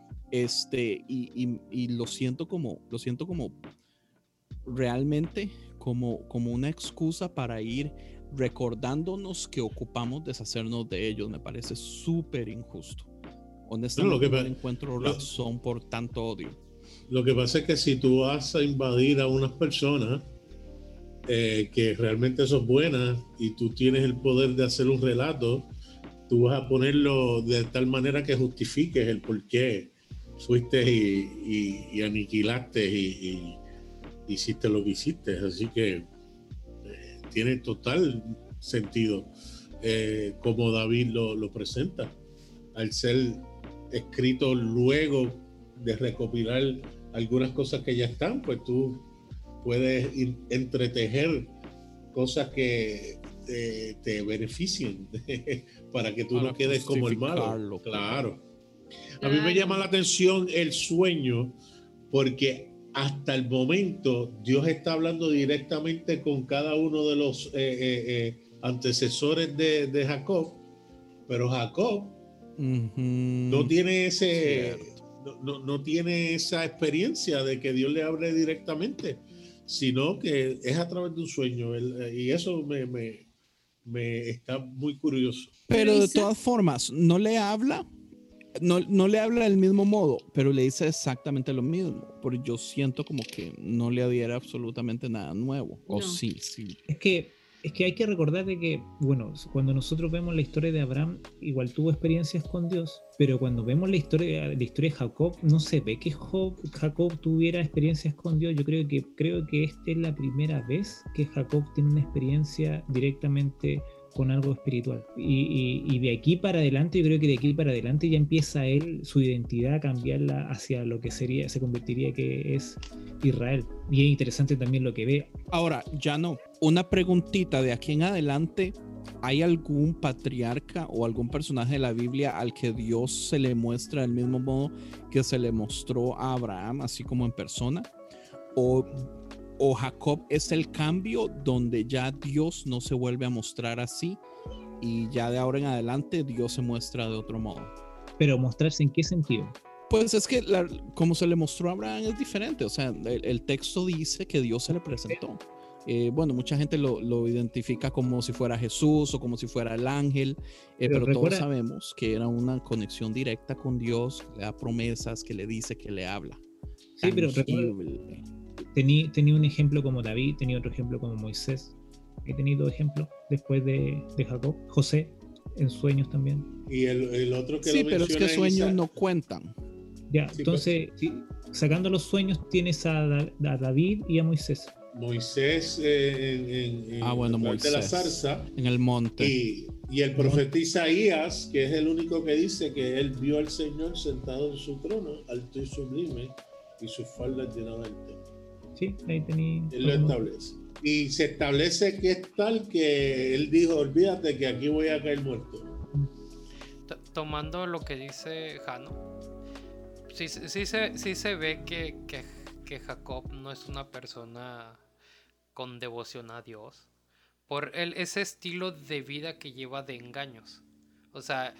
y lo siento como realmente como una excusa para ir recordándonos que ocupamos deshacernos de ellos. Me parece súper injusto. Honestamente, no encuentro razón por tanto odio. Lo que pasa es que si tú vas a invadir a unas personas que realmente son buenas y tú tienes el poder de hacer un relato, tú vas a ponerlo de tal manera que justifiques el por qué fuiste y aniquilaste y hiciste lo que hiciste. Así que tiene total sentido como David lo presenta, al ser escrito luego de recopilar algunas cosas que ya están, pues tú puedes entretejer cosas que te beneficien para que tú no quedes como el malo. Claro. A mí me llama la atención el sueño porque hasta el momento Dios está hablando directamente con cada uno de los antecesores de Jacob, pero Jacob no tiene no tiene esa experiencia de que Dios le hable directamente, sino que es a través de un sueño, y eso me está muy curioso. Pero de todas formas, no le habla del mismo modo, pero le dice exactamente lo mismo. Porque yo siento como que no le adhiera absolutamente nada nuevo. O sí. Es que hay que recordar de que, bueno, cuando nosotros vemos la historia de Abraham, igual tuvo experiencias con Dios, pero cuando vemos la historia de Jacob, no se ve que Jacob tuviera experiencias con Dios. Yo creo que esta es la primera vez que Jacob tiene una experiencia directamente con algo espiritual. Y de aquí para adelante, yo creo que de aquí para adelante ya empieza él, su identidad, a cambiarla hacia lo que se convertiría que es Israel. Y es interesante también lo que ve. Ahora, ya no. Una preguntita de aquí en adelante. ¿hay algún patriarca o algún personaje de la Biblia al que Dios se le muestra del mismo modo que se le mostró a Abraham, así como en persona? ¿O Jacob es el cambio donde ya Dios no se vuelve a mostrar así y ya de ahora en adelante Dios se muestra de otro modo? Pero mostrarse en qué sentido. Pues es que como se le mostró a Abraham es diferente. O sea, el texto dice que Dios se le presentó. Bueno, mucha gente lo identifica como si fuera Jesús o como si fuera el ángel, pero todos sabemos que era una conexión directa con Dios, que le da promesas, que le dice, que le habla. Sí, pero tenía un ejemplo como David, tenía otro ejemplo como Moisés. He tenido ejemplos después de Jacob, José, en sueños también. Y el otro que sí, lo pero es que sueños Isaac no cuentan. Ya, sí, entonces, pues, sacando los sueños, tienes a David y a Moisés. Moisés en Moisés, de la zarza, en el monte. Y el profeta Isaías, que es el único que dice que él vio al Señor sentado en su trono, alto y sublime, y sus faldas llenaban el templo. Sí, ahí tenía. Él lo establece. Y se establece que es tal que él dijo, olvídate que aquí voy a caer muerto. Tomando lo que dice Jano, sí se ve que Jacob no es una persona con devoción a Dios por ese estilo de vida que lleva de engaños. O sea,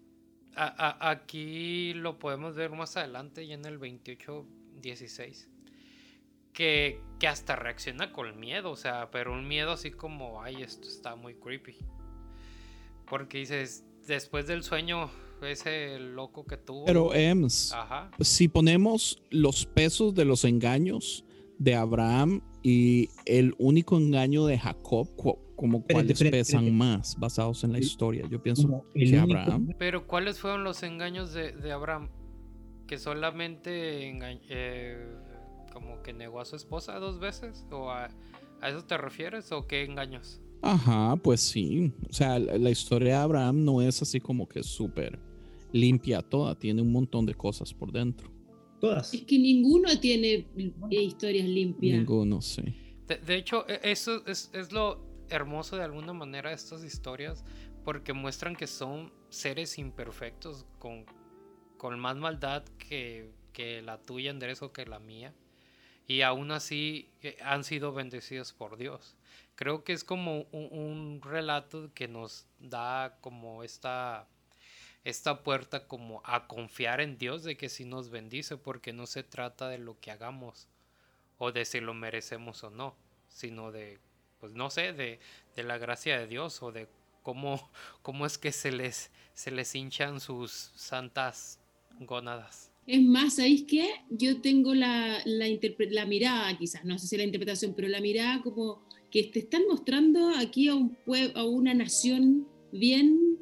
aquí lo podemos ver más adelante, ya en el 28:16, que hasta reacciona con miedo, o sea, pero un miedo así como, ay, esto está muy creepy, porque dices, después del sueño ese loco que tuvo. Pero si ponemos los pesos de los engaños de Abraham y el único engaño de Jacob, como cuáles pesan más basados en la historia, yo pienso que Abraham. Pero ¿cuáles fueron los engaños de Abraham? Que solamente como que negó a su esposa 2 veces, o a eso te refieres, o qué engaños. Ajá, pues sí. O sea, la historia de Abraham no es así como que súper limpia toda. Tiene un montón de cosas por dentro. Todas. Es que ninguno tiene historias limpias. Ninguno, sí. De hecho, eso es lo hermoso de alguna manera de estas historias, porque muestran que son seres imperfectos con más maldad que la tuya, Andrés, o que la mía. Y aún así han sido bendecidos por Dios. Creo que es como un relato que nos da como esta puerta como a confiar en Dios, de que sí nos bendice, porque no se trata de lo que hagamos o de si lo merecemos o no, sino de, pues no sé, de la gracia de Dios, o de cómo es que se les hinchan sus santas gónadas. Es más, ¿sabéis qué? Yo tengo la mirada, quizás, no sé si la interpretación, pero la mirada como que te están mostrando aquí a una nación bien,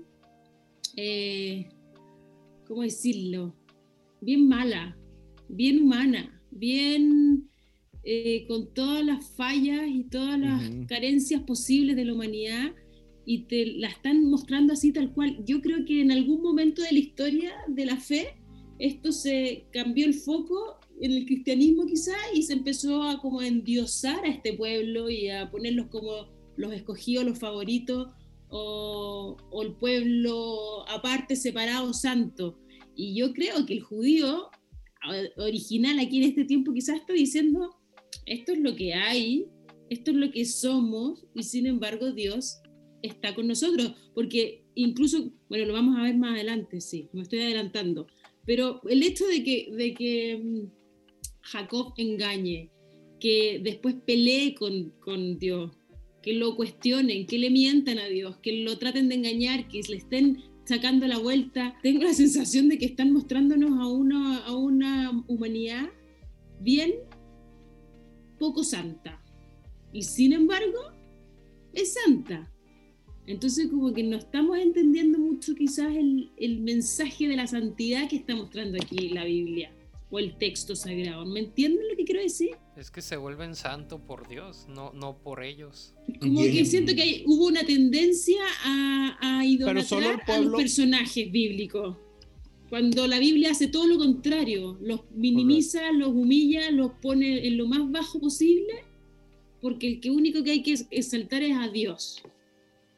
¿cómo decirlo? Bien mala, bien humana, bien con todas las fallas y todas las carencias posibles de la humanidad, y te la están mostrando así tal cual. Yo creo que en algún momento de la historia de la fe, esto se cambió el foco en el cristianismo quizás, y se empezó a como endiosar a este pueblo y a ponerlos como los escogidos, los favoritos, o el pueblo aparte, separado, santo. Y yo creo que el judío original aquí en este tiempo quizás está diciendo, esto es lo que hay, esto es lo que somos, y sin embargo Dios está con nosotros, porque incluso, bueno, lo vamos a ver más adelante, sí, me estoy adelantando. Pero el hecho de que Jacob engañe, que después pelee con Dios, que lo cuestionen, que le mientan a Dios, que lo traten de engañar, que le estén sacando la vuelta, tengo la sensación de que están mostrándonos a una humanidad bien poco santa. Y sin embargo, es santa. Entonces como que no estamos entendiendo mucho quizás el mensaje de la santidad que está mostrando aquí la Biblia o el texto sagrado. ¿Me entienden lo que quiero decir? Es que se vuelven santos por Dios, no por ellos. Como que siento que hubo una tendencia a idolatrar a los personajes bíblicos, cuando la Biblia hace todo lo contrario, los minimiza, los humilla, los pone en lo más bajo posible, porque el único que hay que exaltar es a Dios.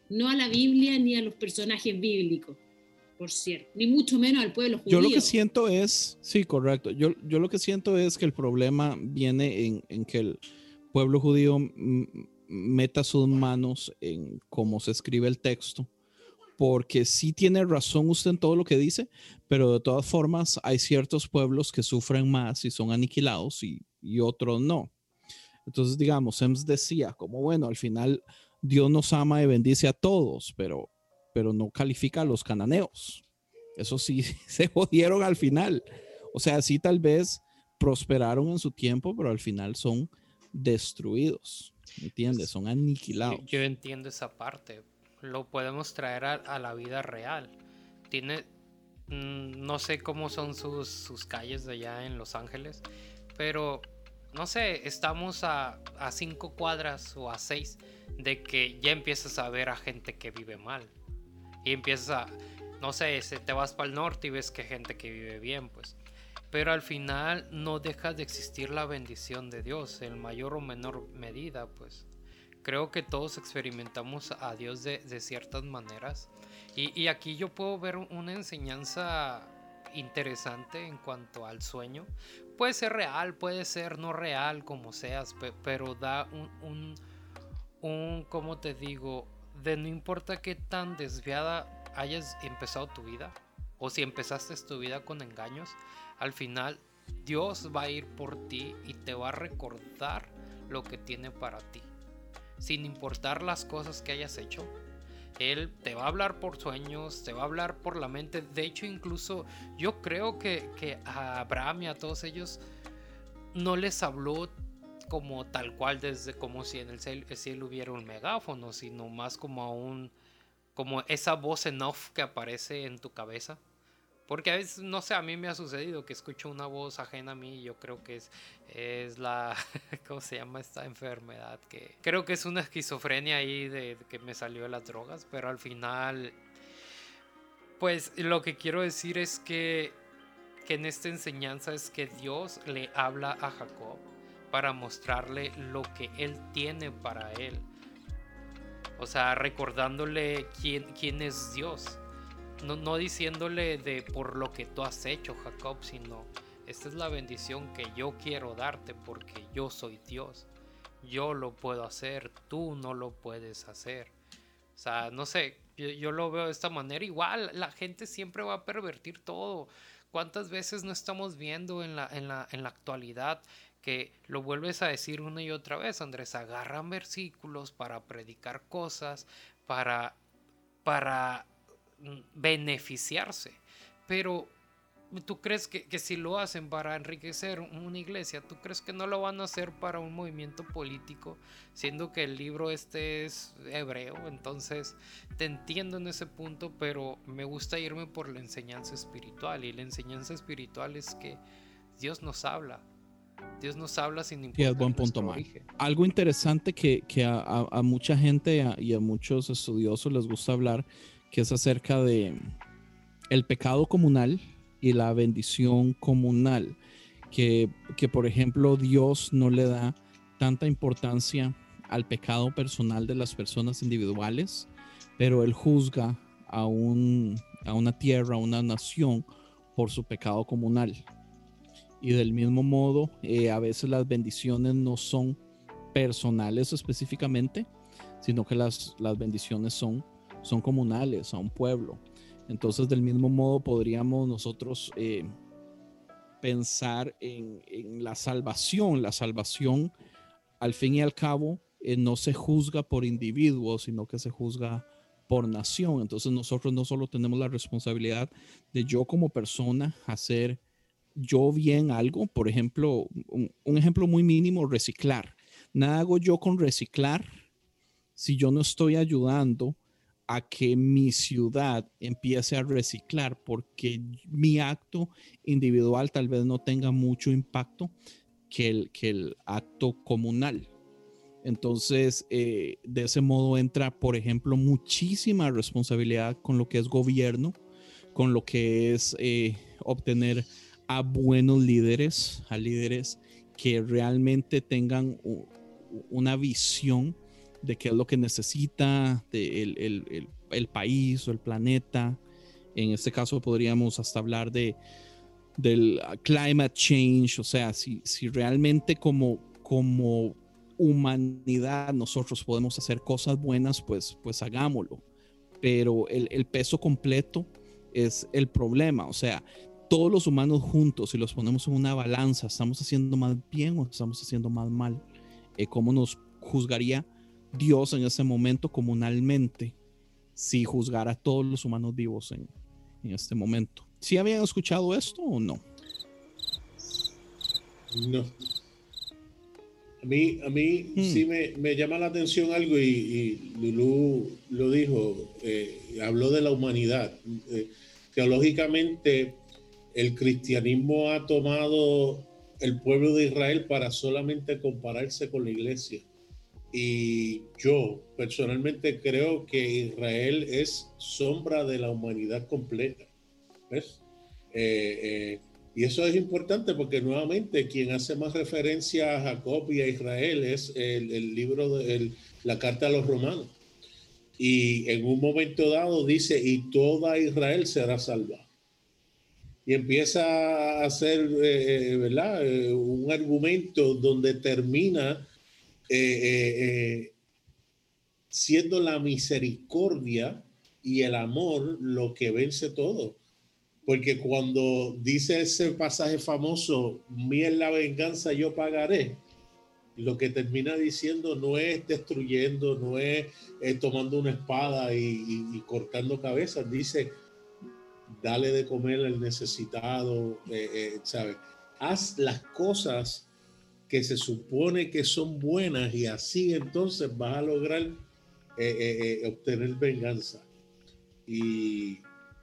no a la Biblia ni a los personajes bíblicos, por cierto, ni mucho menos al pueblo judío. Yo lo que siento es, sí, correcto, yo lo que siento es que el problema viene en que el pueblo judío meta sus manos en cómo se escribe el texto, porque sí tiene razón usted en todo lo que dice, pero de todas formas hay ciertos pueblos que sufren más y son aniquilados y otros no. Entonces, digamos, Ems decía, como bueno, al final Dios nos ama y bendice a todos, pero no califica a los cananeos. Eso sí, se jodieron al final. O sea, sí tal vez prosperaron en su tiempo, pero al final son destruidos, ¿entiendes? Son aniquilados. Yo entiendo esa parte. Lo podemos traer a la vida real. Tiene, no sé cómo son sus calles de allá en Los Ángeles, pero no sé, estamos a 5 cuadras o a 6 de que ya empiezas a ver a gente que vive mal. Y empiezas a, no sé, te vas para el norte y ves que hay gente que vive bien, pues. Pero al final no deja de existir la bendición de Dios, en mayor o menor medida, pues. Creo que todos experimentamos a Dios de ciertas maneras. Y aquí yo puedo ver una enseñanza interesante en cuanto al sueño. Puede ser real, puede ser no real, como seas, pero da ¿cómo te digo? De no importa qué tan desviada hayas empezado tu vida, o si empezaste tu vida con engaños, al final Dios va a ir por ti y te va a recordar lo que tiene para ti. Sin importar las cosas que hayas hecho, Él te va a hablar por sueños, te va a hablar por la mente. De hecho, incluso yo creo que a Abraham y a todos ellos no les habló como tal cual, desde como si en el cielo hubiera un megáfono, sino más como esa voz en off que aparece en tu cabeza. Porque a veces, no sé, a mí me ha sucedido que escucho una voz ajena a mí y yo creo que es la, ¿cómo se llama esta enfermedad? Que creo que es una esquizofrenia ahí de que me salió de las drogas, pero al final, pues lo que quiero decir es que en esta enseñanza es que Dios le habla a Jacob para mostrarle lo que Él tiene para él. O sea, recordándole quién es Dios. No diciéndole de por lo que tú has hecho, Jacob, sino esta es la bendición que yo quiero darte porque yo soy Dios. Yo lo puedo hacer, tú no lo puedes hacer. O sea, no sé, yo lo veo de esta manera. Igual la gente siempre va a pervertir todo. ¿Cuántas veces no estamos viendo en la actualidad que lo vuelves a decir una y otra vez, Andrés? Agarran versículos para predicar cosas, para beneficiarse. Pero ¿tú crees que si lo hacen para enriquecer una iglesia, tú crees que no lo van a hacer para un movimiento político, siendo que el libro es hebreo? Entonces te entiendo en ese punto, pero me gusta irme por la enseñanza espiritual, y la enseñanza espiritual es que Dios nos habla sin importar. Y es buen punto, Mike. Algo interesante que a mucha gente y a muchos estudiosos les gusta hablar, que es acerca de el pecado comunal y la bendición comunal, que por ejemplo Dios no le da tanta importancia al pecado personal de las personas individuales, pero Él juzga a una tierra, a una nación por su pecado comunal. Y del mismo modo, a veces las bendiciones no son personales específicamente, sino que las bendiciones son comunales a un pueblo. Entonces, del mismo modo, podríamos nosotros pensar en la salvación. La salvación, al fin y al cabo, no se juzga por individuos, sino que se juzga por nación. Entonces, nosotros no solo tenemos la responsabilidad de yo como persona hacer yo bien algo. Por ejemplo, un ejemplo muy mínimo, reciclar. Nada hago yo con reciclar si yo no estoy ayudando a que mi ciudad empiece a reciclar, porque mi acto individual tal vez no tenga mucho impacto que el acto comunal. Entonces, de ese modo entra, por ejemplo, muchísima responsabilidad con lo que es gobierno, con lo que es obtener a buenos líderes, a líderes que realmente tengan una visión de qué es lo que necesita el país o el planeta. En este caso podríamos hasta hablar del climate change, o sea, si realmente como humanidad nosotros podemos hacer cosas buenas, pues hagámoslo. Pero el peso completo es el problema, o sea, todos los humanos juntos, si los ponemos en una balanza, ¿estamos haciendo más bien o estamos haciendo más mal? ¿Cómo nos juzgaría Dios en ese momento comunalmente si juzgara a todos los humanos vivos en este momento? ¿Sí habían escuchado esto o no? No. A mí sí me llama la atención algo y Lulú lo dijo, habló de la humanidad. Teológicamente, el cristianismo ha tomado el pueblo de Israel para solamente compararse con la iglesia. Y yo personalmente creo que Israel es sombra de la humanidad completa. ¿Ves? Y eso es importante porque nuevamente quien hace más referencia a Jacob y a Israel es el libro de la carta a los romanos. Y en un momento dado dice, y toda Israel será salva. Y empieza a hacer, ¿verdad? Un argumento donde termina siendo la misericordia y el amor lo que vence todo. Porque cuando dice ese pasaje famoso, mía es la venganza, yo pagaré, lo que termina diciendo no es destruyendo, no es tomando una espada y cortando cabezas, dice, dale de comer al necesitado, ¿sabes? Haz las cosas que se supone que son buenas y así entonces vas a lograr obtener venganza. Y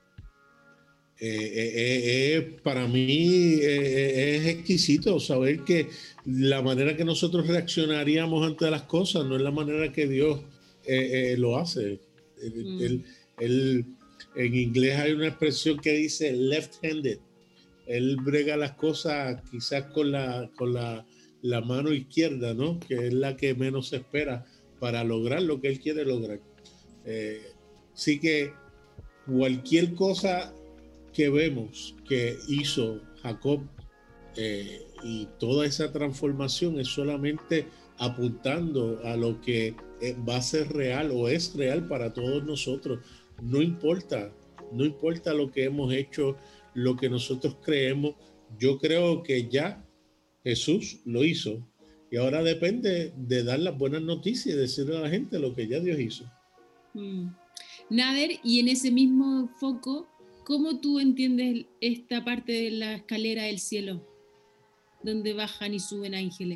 para mí es exquisito saber que la manera que nosotros reaccionaríamos ante las cosas no es la manera que Dios lo hace. Él, en inglés hay una expresión que dice left-handed. Él brega las cosas quizás con la mano izquierda, ¿no? Que es la que menos se espera para lograr lo que él quiere lograr. Así que cualquier cosa que vemos que hizo Jacob y toda esa transformación es solamente apuntando a lo que va a ser real o es real para todos nosotros. No importa lo que hemos hecho, lo que nosotros creemos. Yo creo que ya Jesús lo hizo y ahora depende de dar las buenas noticias y decirle a la gente lo que ya Dios hizo. Nader, y en ese mismo foco, ¿cómo tú entiendes esta parte de la escalera del cielo, donde bajan y suben ángeles?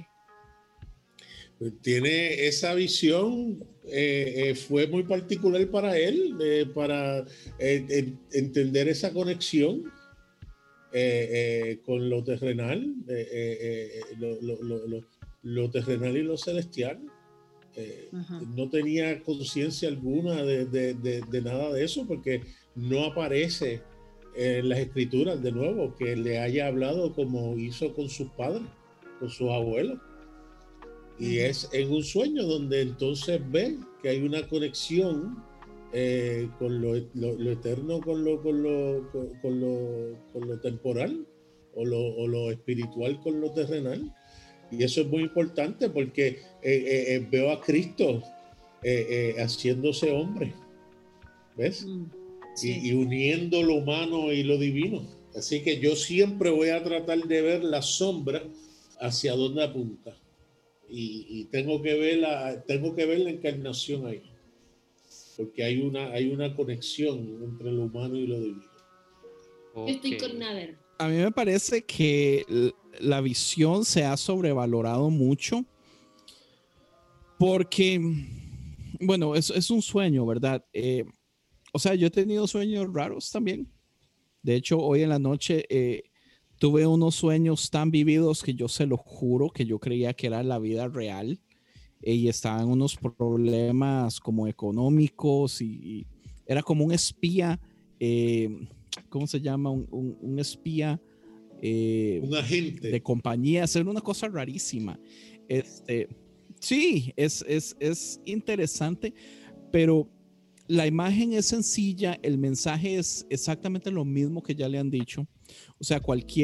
Tiene esa visión, fue muy particular para él, para entender esa conexión con lo terrenal, lo terrenal y lo celestial. No tenía conciencia alguna de nada de eso porque no aparece en las escrituras de nuevo que le haya hablado como hizo con sus padres, con sus abuelos. Y es en un sueño donde entonces ve que hay una conexión con lo eterno, con lo temporal o lo espiritual con lo terrenal. Y eso es muy importante porque veo a Cristo haciéndose hombre, ¿ves? Sí. Y uniendo lo humano y lo divino. Así que yo siempre voy a tratar de ver la sombra hacia dónde apunta. Y tengo que ver la encarnación ahí. Porque hay una conexión entre lo humano y lo divino. Okay. Estoy con Nader. A mí me parece que la visión se ha sobrevalorado mucho porque, bueno, es un sueño, ¿verdad? O sea, yo he tenido sueños raros también. De hecho, hoy en la noche tuve unos sueños tan vividos que yo se lo juro que yo creía que era la vida real y estaban unos problemas como económicos y era como un espía, ¿cómo se llama? Un espía. Un agente de compañía, hacer una cosa rarísima. Sí, es interesante, pero la imagen es sencilla, el mensaje es exactamente lo mismo que ya le han dicho. O sea,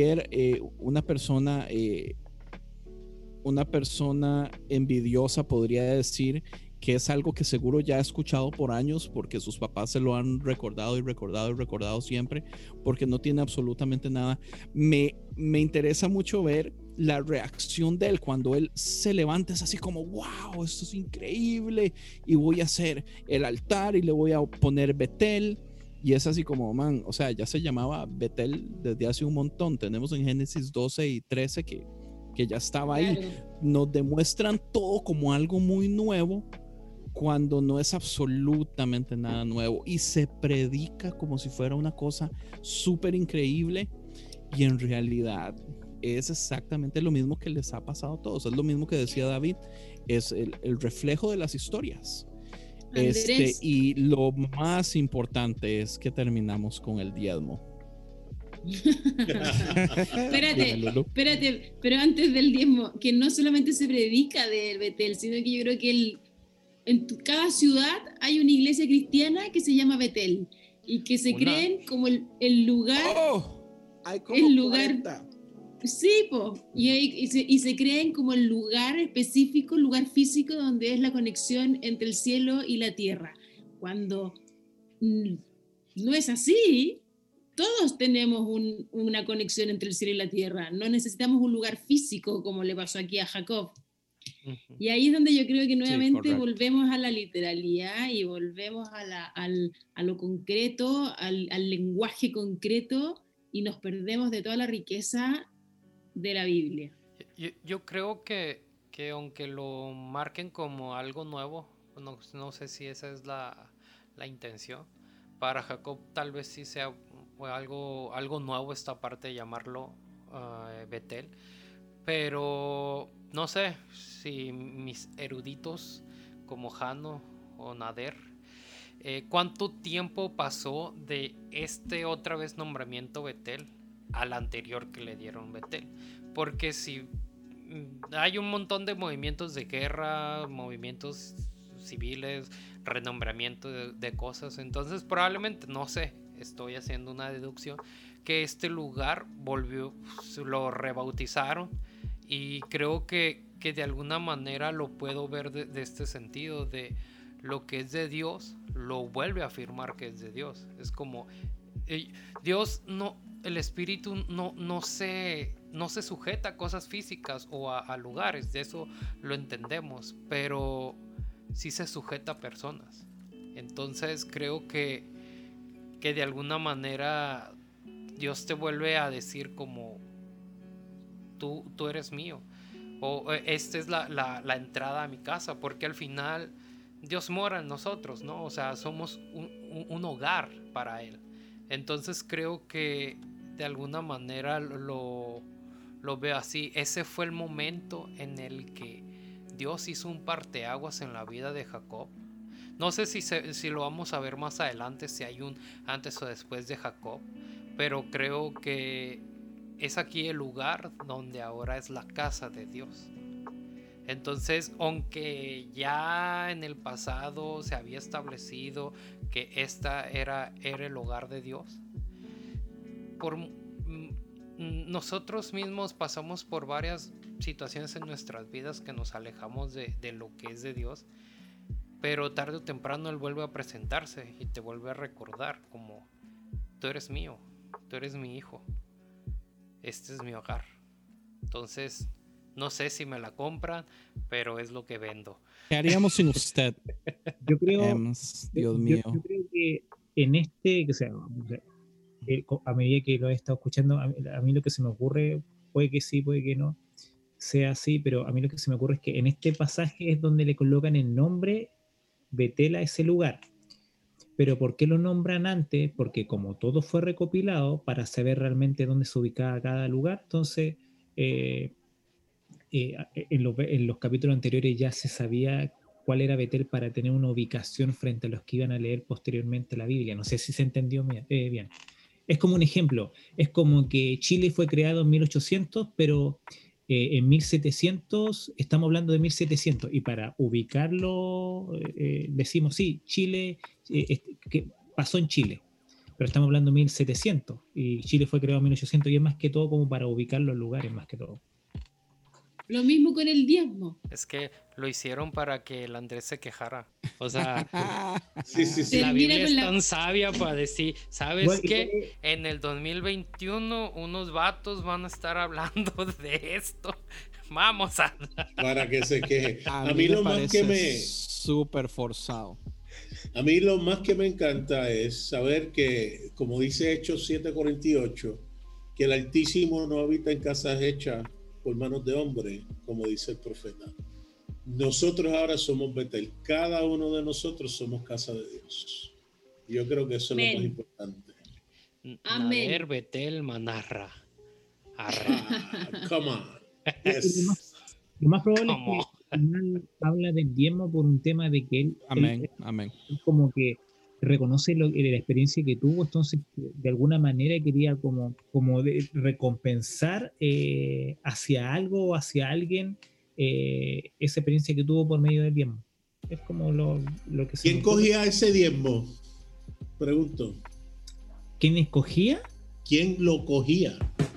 una persona envidiosa podría decir que es algo que seguro ya ha escuchado por años porque sus papás se lo han recordado y recordado y recordado siempre, porque no tiene absolutamente nada. Me interesa mucho ver la reacción de él cuando él se levanta. Es así como, wow, esto es increíble y voy a hacer el altar y le voy a poner Betel. Y es así como, man, o sea, ya se llamaba Betel desde hace un montón. Tenemos en Génesis 12 y 13 que ya estaba ahí. Claro. Nos demuestran todo como algo muy nuevo cuando no es absolutamente nada nuevo, y se predica como si fuera una cosa súper increíble, y en realidad es exactamente lo mismo que les ha pasado a todos. Es lo mismo que decía David, es el reflejo de las historias. Andrés, Y lo más importante es que terminamos con el diezmo. espérate, pero antes del diezmo, que no solamente se predica del Betel, sino que yo creo que en cada ciudad hay una iglesia cristiana que se llama Betel y que se creen como el lugar. Hay como el lugar 40. Sí, po. Y se creen como el lugar específico, el lugar físico donde es la conexión entre el cielo y la tierra. Cuando no es así, todos tenemos una conexión entre el cielo y la tierra. No necesitamos un lugar físico como le pasó aquí a Jacob. Y ahí es donde yo creo que nuevamente volvemos a la literalidad y volvemos a lo concreto, al lenguaje concreto, y nos perdemos de toda la riqueza de la Biblia. Yo creo que aunque lo marquen como algo nuevo, no sé si esa es la intención. Para Jacob tal vez sí sea algo nuevo esta parte de llamarlo Betel, pero no sé si mis eruditos como Jano o Nader, ¿cuánto tiempo pasó de este otra vez nombramiento Betel al anterior que le dieron Betel? Porque si hay un montón de movimientos de guerra, movimientos civiles, renombramiento de cosas, entonces probablemente, no sé, estoy haciendo una deducción, que este lugar lo rebautizaron, y creo que de alguna manera lo puedo ver de este sentido, de lo que es de Dios lo vuelve a afirmar que es de Dios. Es como Dios no, el espíritu no se sujeta a cosas físicas o a lugares, de eso lo entendemos, pero sí se sujeta a personas. Entonces creo que de alguna manera Dios te vuelve a decir como tú eres mío, o esta es la entrada a mi casa, porque al final Dios mora en nosotros, ¿no? O sea, somos un hogar para Él. Entonces creo que de alguna manera lo veo así. Ese fue el momento en el que Dios hizo un parteaguas en la vida de Jacob. No sé si lo vamos a ver más adelante, si hay un antes o después de Jacob, pero creo que es aquí el lugar donde ahora es la casa de Dios. Entonces, aunque ya en el pasado se había establecido que esta era el hogar de Dios, nosotros mismos pasamos por varias situaciones en nuestras vidas que nos alejamos de lo que es de Dios, pero tarde o temprano Él vuelve a presentarse y te vuelve a recordar como: tú eres mío, tú eres mi hijo, este es mi hogar. Entonces, no sé si me la compran, pero es lo que vendo. ¿Qué haríamos sin usted? Yo creo, Dios mío. Yo creo que en este, que sea, a medida que lo he estado escuchando, a mí lo que se me ocurre, puede que sí, puede que no sea así, pero a mí lo que se me ocurre es que en este pasaje es donde le colocan el nombre Betel a ese lugar. Pero ¿por qué lo nombran antes? Porque como todo fue recopilado para saber realmente dónde se ubicaba cada lugar, entonces en los capítulos anteriores ya se sabía cuál era Betel para tener una ubicación frente a los que iban a leer posteriormente la Biblia. No sé si se entendió bien. Es como un ejemplo, es como que Chile fue creado en 1800, pero en 1700, estamos hablando de 1700, y para ubicarlo, decimos, sí, Chile, que pasó en Chile, pero estamos hablando de 1700, y Chile fue creado en 1800, y es más que todo como para ubicar los lugares, más que todo. Lo mismo con el diezmo. Es que lo hicieron para que el Andrés se quejara. O sea, Sí, sí, sí. la Termina Biblia con es la- tan sabia para decir, ¿sabes Igual- qué? En el 2021 unos vatos van a estar hablando de esto. Vamos a... Para que se queje. A A mí mí me lo más que parece súper forzado. A mí lo más que me encanta es saber que, como dice Hechos 7:48, que el Altísimo no habita en casas hechas por manos de hombre, como dice el profeta. Nosotros ahora somos Betel, cada uno de nosotros somos casa de Dios. Yo creo que eso es lo Amén. más importante. Amén. Nader, Betel, Manarra. Arre. Come on. Lo más probable ¿Cómo? es que al final habla del diezmo por un tema de que él Amén, amén. como que reconoce la experiencia que tuvo, entonces de alguna manera quería como de recompensar hacia algo o hacia alguien esa experiencia que tuvo por medio del diezmo. Es como lo que se ¿Quién me ocurre. cogía ese diezmo? Pregunto. ¿Quién escogía? ¿Quién lo cogía?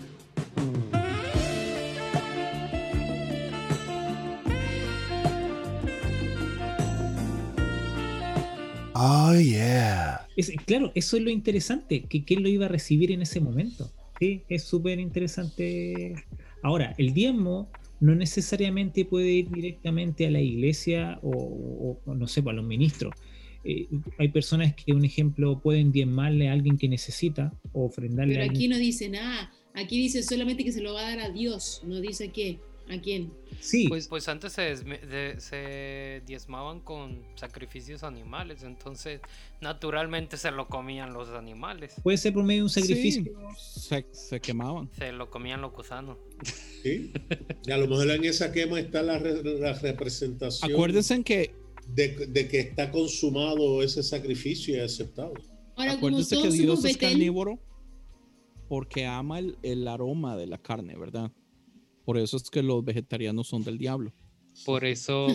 Oh, yeah. Claro, eso es lo interesante, que quién lo iba a recibir en ese momento. Sí, es súper interesante. Ahora, el diezmo no necesariamente puede ir directamente a la iglesia o no sé, a los ministros. Hay personas que, un ejemplo, pueden diezmarle a alguien que necesita o ofrendarle Pero a aquí alguien. no dice nada. Aquí dice solamente que se lo va a dar a Dios. No dice qué. ¿A quién? Sí, Pues antes se diezmaban con sacrificios animales, entonces naturalmente se lo comían los animales, puede ser por medio de un sacrificio. Sí, se quemaban. se lo comían los gusanos. ¿Sí? Y a lo mejor en esa quema está la representación Acuérdense que de que está consumado ese sacrificio y aceptado. Ahora, como Acuérdense que todos Dios somos es Betel, carnívoro porque ama el aroma de la carne, ¿verdad? Por eso es que los vegetarianos son del diablo. Por eso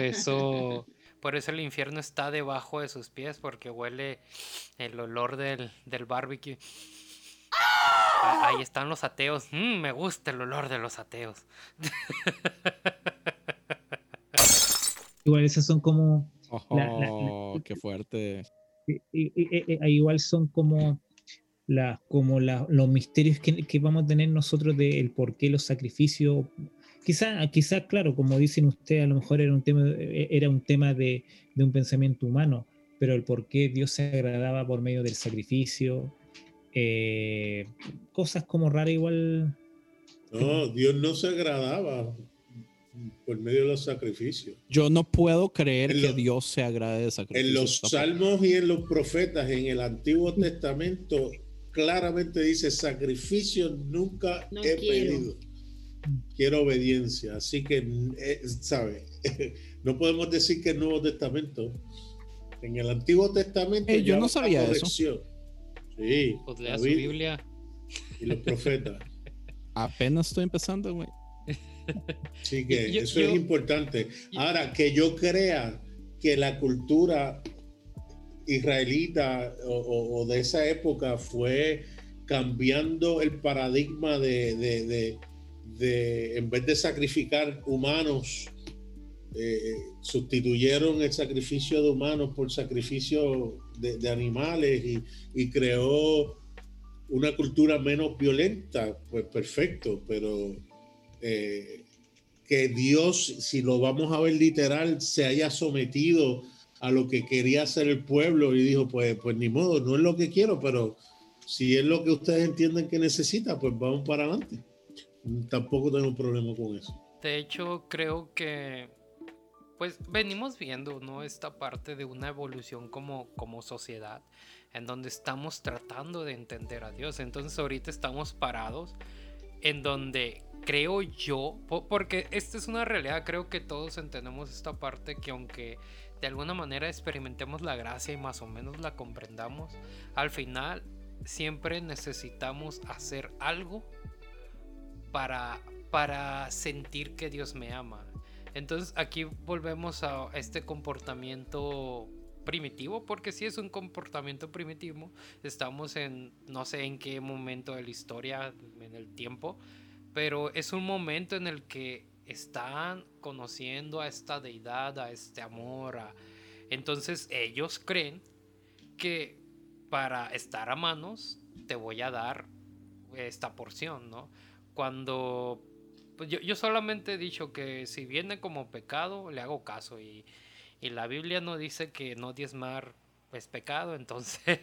el infierno está debajo de sus pies, porque huele el olor del barbecue. Ahí están los ateos. Me gusta el olor de los ateos. Igual esas son como Oh, qué fuerte. igual son como los misterios que vamos a tener nosotros del por qué los sacrificios. Quizás, claro, como dicen ustedes, a lo mejor era un tema de un pensamiento humano, pero el por qué Dios se agradaba por medio del sacrificio, cosas como raras igual. No, Dios no se agradaba por medio de los sacrificios. Yo no puedo creer En que lo- Dios se agrade de sacrificios. En los salmos y en los profetas, en el Antiguo Testamento, claramente dice: sacrificio nunca No he quiero. pedido. Quiero obediencia. Así que, ¿sabe? No podemos decir que el Nuevo Testamento. En el Antiguo Testamento Yo ya no va sabía la eso. corrección. Sí, Pues lea su David Biblia. y los profetas. Apenas estoy empezando, güey. Sí, que Yo- eso yo- es importante. Ahora, que yo crea que la cultura israelita o de esa época fue cambiando el paradigma de en vez de sacrificar humanos, sustituyeron el sacrificio de humanos por sacrificio de animales y creó una cultura menos violenta. Pues perfecto, pero que Dios, si lo vamos a ver literal, se haya sometido a lo que quería hacer el pueblo y dijo, pues ni modo, no es lo que quiero, pero si es lo que ustedes entienden que necesita, pues vamos para adelante. Tampoco tengo un problema con eso. De hecho, creo que pues venimos viendo, ¿no? Esta parte de una evolución como sociedad, en donde estamos tratando de entender a Dios. Entonces ahorita estamos parados en donde creo yo, porque esta es una realidad, creo que todos entendemos esta parte, que aunque de alguna manera experimentemos la gracia y más o menos la comprendamos, al final siempre necesitamos hacer algo para para sentir que Dios me ama. Entonces aquí volvemos a este comportamiento primitivo, porque si es un comportamiento primitivo, estamos en no sé en qué momento de la historia, en el tiempo, pero es un momento en el que están conociendo a esta deidad, a este amor, entonces ellos creen que para estar a manos te voy a dar esta porción, ¿no? Cuando pues yo solamente he dicho que si viene como pecado, le hago caso, y la Biblia no dice que no diezmar es pecado, entonces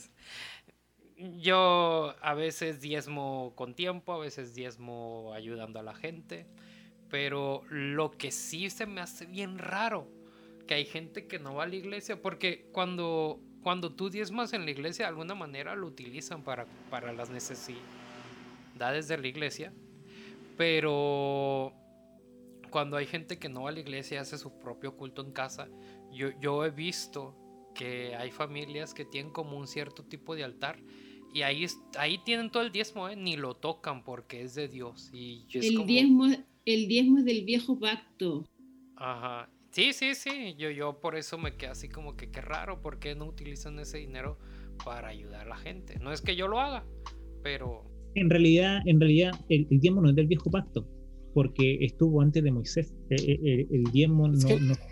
yo a veces diezmo con tiempo, a veces diezmo ayudando a la gente, pero lo que sí se me hace bien raro, que hay gente que no va a la iglesia, porque cuando tú diezmas en la iglesia, de alguna manera lo utilizan para las necesidades de la iglesia, pero cuando hay gente que no va a la iglesia y hace su propio culto en casa, yo he visto que hay familias que tienen como un cierto tipo de altar, y ahí tienen todo el diezmo, ni lo tocan porque es de Dios. Y es el como... diezmo es del viejo pacto. Ajá. Sí. Yo por eso me quedé así como que qué raro, ¿por qué no utilizan ese dinero para ayudar a la gente? No es que yo lo haga, pero... En realidad el diezmo no es del viejo pacto, porque estuvo antes de Moisés. El diezmo no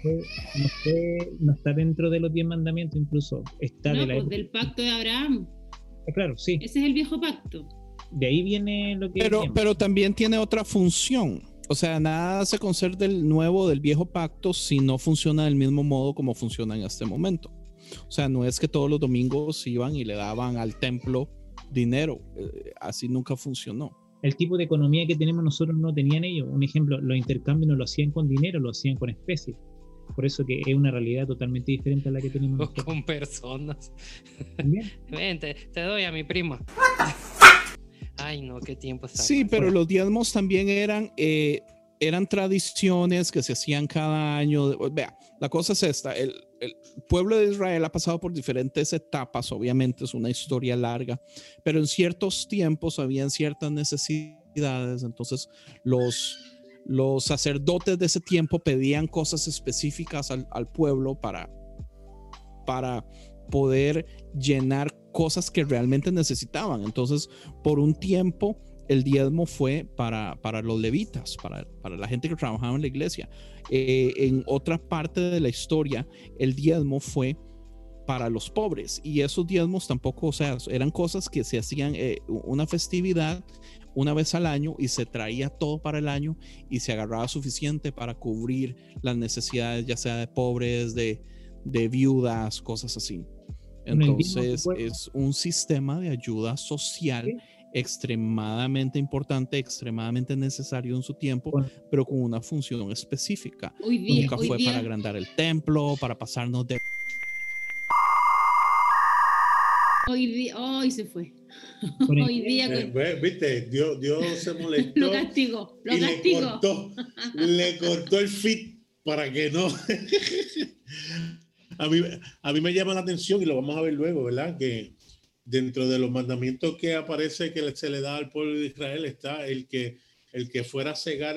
está dentro de los 10 mandamientos, incluso está No, de la pues época. del pacto de Abraham. Claro, sí. Ese es el viejo pacto. De ahí viene lo que... Pero también tiene otra función. O sea, nada se conserva del viejo pacto si no funciona del mismo modo como funciona en este momento. O sea, no es que todos los domingos iban y le daban al templo dinero. Así nunca funcionó. El tipo de economía que tenemos nosotros no tenían ellos. Un ejemplo, los intercambios no lo hacían con dinero, lo hacían con especies. Por eso que es una realidad totalmente diferente a la que tenemos O nosotros. con personas. ¿También? Ven, te doy a mi prima. Ay, no, qué tiempo está. Sí, pero los diezmos también eran tradiciones que se hacían cada año. Vea, la cosa es esta. El pueblo de Israel ha pasado por diferentes etapas. Obviamente es una historia larga, pero en ciertos tiempos habían ciertas necesidades. Entonces los sacerdotes de ese tiempo pedían cosas específicas al pueblo para poder llenar cosas que realmente necesitaban. Entonces, por un tiempo, el diezmo fue para los levitas, para la gente que trabajaba en la iglesia. En otra parte de la historia, el diezmo fue para los pobres, y esos diezmos tampoco, o sea, eran cosas que se hacían una festividad una vez al año, y se traía todo para el año y se agarraba suficiente para cubrir las necesidades, ya sea de pobres, de viudas, cosas así. Entonces es un sistema de ayuda social extremadamente importante, extremadamente necesario en su tiempo, pero con una función específica. Nunca fue para agrandar el templo, para pasarnos de... Hoy se fue. Hoy día viste, Dios se molestó. lo castigó. Le cortó el feed para que no. A mí me llama la atención, y lo vamos a ver luego, ¿verdad? Que dentro de los mandamientos que aparece que se le da al pueblo de Israel está el que fuera a cegar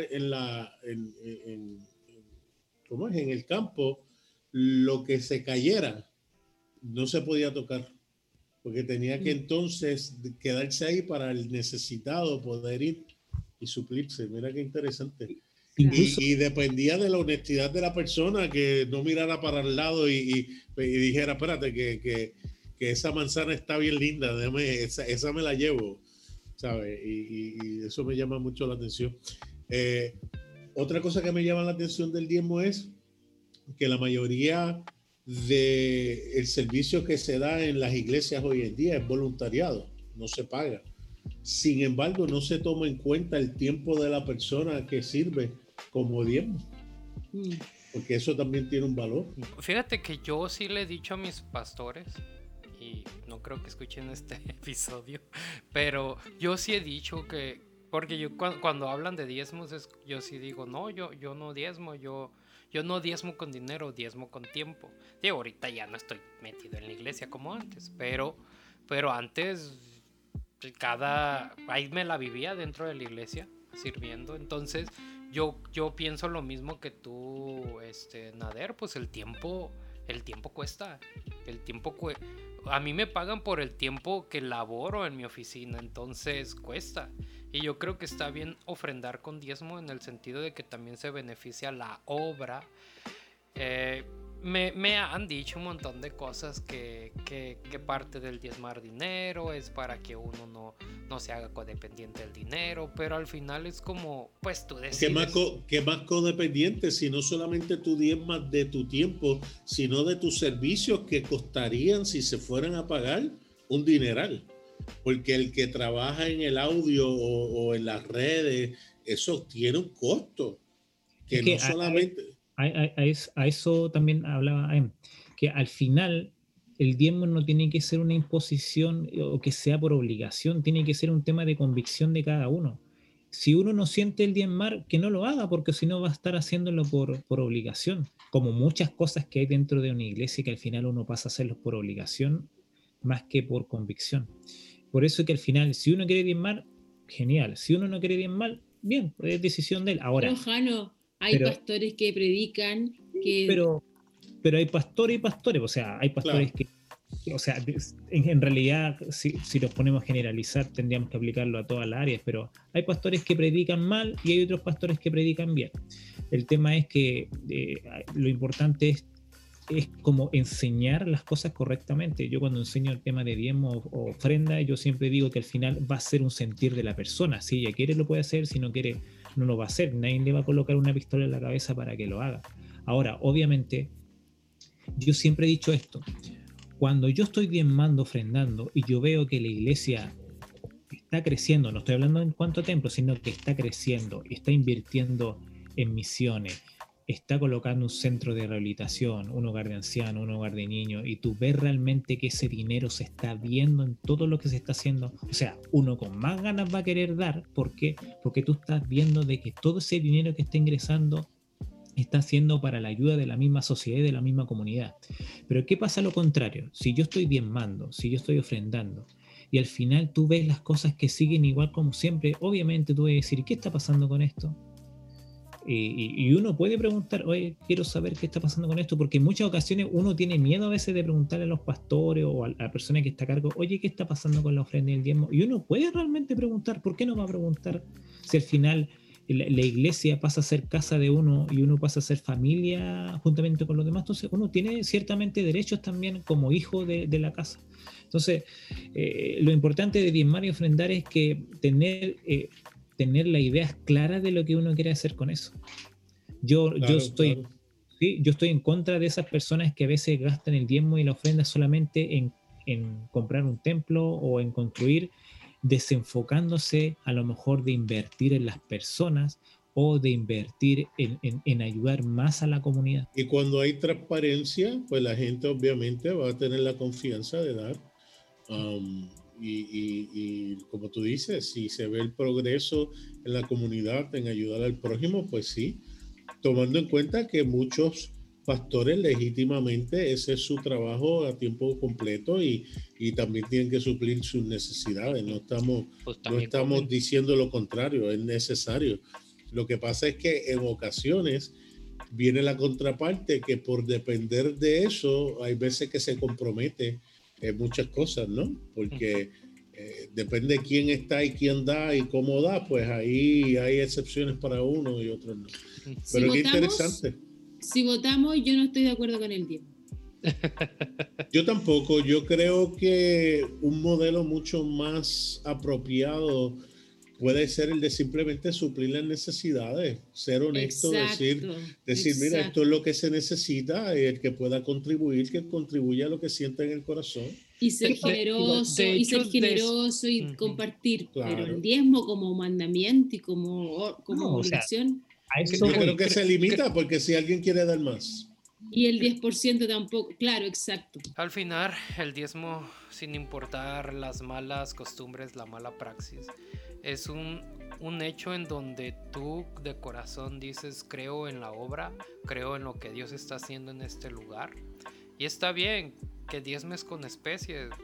¿cómo es? En el campo, lo que se cayera no se podía tocar, porque tenía que entonces quedarse ahí para el necesitado poder ir y suplirse. Mira qué interesante. Y dependía de la honestidad de la persona, que no mirara para el lado y dijera, espérate, que esa manzana está bien linda, esa me la llevo, ¿sabes? Y eso me llama mucho la atención. Otra cosa que me llama la atención del diezmo es que la mayoría del servicio que se da en las iglesias hoy en día es voluntariado, no se paga. Sin embargo, no se toma en cuenta el tiempo de la persona que sirve como diezmo, porque eso también tiene un valor. Fíjate que yo sí le he dicho a mis pastores, y no creo que escuchen este episodio, pero yo sí he dicho que, porque yo cuando hablan de diezmos, yo sí digo, no, yo no diezmo, yo no diezmo con dinero, diezmo con tiempo. Digo, ahorita ya no estoy metido en la iglesia como antes, pero antes ahí me la vivía dentro de la iglesia, sirviendo. Entonces yo pienso lo mismo que tú, Nader, pues el tiempo cuesta. A mí me pagan por el tiempo que laboro en mi oficina, entonces cuesta. Y yo creo que está bien ofrendar con diezmo en el sentido de que también se beneficia la obra. Me han dicho un montón de cosas que parte del diezmar dinero es para que uno no se haga codependiente del dinero, pero al final es como, pues tú decides. ¿Qué más codependiente? Si no solamente tú diezmas de tu tiempo, sino de tus servicios que costarían si se fueran a pagar un dineral. Porque el que trabaja en el audio o en las redes, eso tiene un costo. Que no solamente... A eso también hablaba que al final el diezmo no tiene que ser una imposición o que sea por obligación, tiene que ser un tema de convicción de cada uno. Si uno no siente el diezmar, que no lo haga, porque si no va a estar haciéndolo por obligación, como muchas cosas que hay dentro de una iglesia que al final uno pasa a hacerlos por obligación más que por convicción. Por eso que al final, si uno quiere diezmar, genial. Si uno no quiere diezmar, bien, es decisión de él. Ahora, pero, Jano, hay pastores que predican que... Pero hay pastores y pastores, o sea, hay pastores que... O sea, en realidad, si los ponemos a generalizar, tendríamos que aplicarlo a todas las áreas, pero hay pastores que predican mal y hay otros pastores que predican bien. El tema es que lo importante es como enseñar las cosas correctamente. Yo cuando enseño el tema de diezmo o ofrenda, yo siempre digo que al final va a ser un sentir de la persona. Si ella quiere lo puede hacer, si no quiere no lo va a hacer. Nadie le va a colocar una pistola en la cabeza para que lo haga. Ahora, obviamente, yo siempre he dicho esto. Cuando yo estoy diezmando, ofrendando, y yo veo que la iglesia está creciendo, no estoy hablando en cuanto a templos, sino que está creciendo, está invirtiendo en misiones, está colocando un centro de rehabilitación, un hogar de ancianos, un hogar de niños, y tú ves realmente que ese dinero se está viendo en todo lo que se está haciendo, o sea, uno con más ganas va a querer dar. ¿Por qué? Porque tú estás viendo de que todo ese dinero que está ingresando está haciendo para la ayuda de la misma sociedad y de la misma comunidad. Pero ¿qué pasa a lo contrario? Si yo estoy diezmando, si yo estoy ofrendando, y al final tú ves las cosas que siguen igual como siempre, obviamente tú vas a decir, ¿qué está pasando con esto? Y uno puede preguntar, oye, quiero saber qué está pasando con esto, porque en muchas ocasiones uno tiene miedo a veces de preguntarle a los pastores o a la persona que está a cargo, oye, ¿qué está pasando con la ofrenda y el diezmo? Y uno puede realmente preguntar, ¿por qué no va a preguntar si al final la iglesia pasa a ser casa de uno y uno pasa a ser familia juntamente con los demás? Entonces uno tiene ciertamente derechos también como hijo de la casa. Entonces lo importante de diezmar y ofrendar es que tener las ideas claras de lo que uno quiere hacer con eso. Yo estoy en contra de esas personas que a veces gastan el diezmo y la ofrenda solamente en comprar un templo o en construir, desenfocándose a lo mejor de invertir en las personas o de invertir en ayudar más a la comunidad. Y cuando hay transparencia, pues la gente obviamente va a tener la confianza de dar. Y como tú dices, si se ve el progreso en la comunidad, en ayudar al prójimo, pues sí, tomando en cuenta que muchos pastores legítimamente ese es su trabajo a tiempo completo y también tienen que suplir sus necesidades. No estamos diciendo lo contrario, es necesario. Lo que pasa es que en ocasiones viene la contraparte, que por depender de eso hay veces que se compromete muchas cosas, ¿no? Porque depende de quién está y quién da y cómo da, pues ahí hay excepciones para uno y otros no. Pero qué interesante. Si votamos, yo no estoy de acuerdo con el diezmo. Yo tampoco. Yo creo que un modelo mucho más apropiado puede ser el de simplemente suplir las necesidades, ser honesto, decir, mira, esto es lo que se necesita, el que pueda contribuir, que contribuya a lo que sienta en el corazón. Y ser generoso, y compartir, claro. Pero el diezmo como mandamiento y como obligación. Yo creo que se limita porque si alguien quiere dar más. Y el 10% tampoco, claro, exacto. Al final, el diezmo, sin importar las malas costumbres, la mala praxis, es un hecho en donde tú de corazón dices, creo en la obra, creo en lo que Dios está haciendo en este lugar. Y está bien que diezmes con especies.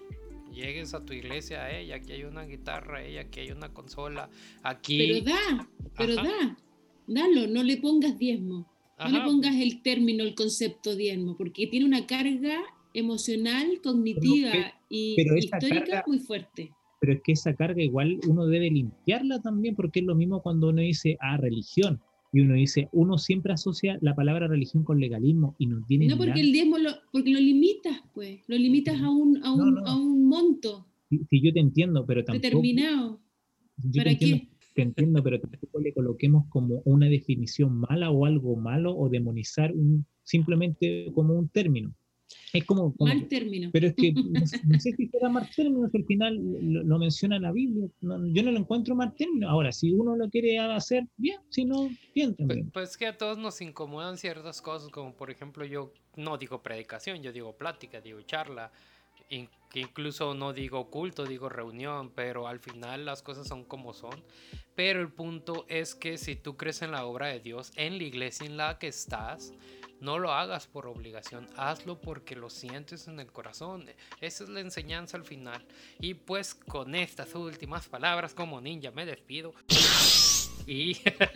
llegues a tu iglesia, aquí hay una guitarra, aquí hay una consola, aquí... Pero dalo, no le pongas diezmo. No le pongas el término, el concepto diezmo, porque tiene una carga emocional, cognitiva y histórica carga, muy fuerte. Pero es que esa carga igual uno debe limpiarla también, porque es lo mismo cuando uno dice religión, y uno siempre asocia la palabra religión con legalismo y no tiene porque nada. El diezmo porque lo limitas, pues, lo limitas a un monto. Sí, yo te entiendo, pero tampoco... Determinado. ¿Para qué? Te entiendo, pero tampoco le coloquemos como una definición mala o algo malo o demonizar simplemente como un término. Es como mal término. Pero es que no sé si será mal término, que al final lo menciona la Biblia. Yo no lo encuentro mal término. Ahora, si uno lo quiere hacer, bien, si no, bien también. Pues que a todos nos incomodan ciertas cosas, como por ejemplo yo no digo predicación, yo digo plática, digo charla. Que incluso no digo culto, digo reunión, pero al final las cosas son como son. Pero el punto es que si tú crees en la obra de Dios, en la iglesia en la que estás, no lo hagas por obligación, hazlo porque lo sientes en el corazón. Esa es la enseñanza al final. Y pues con estas últimas palabras, como ninja, me despido. Y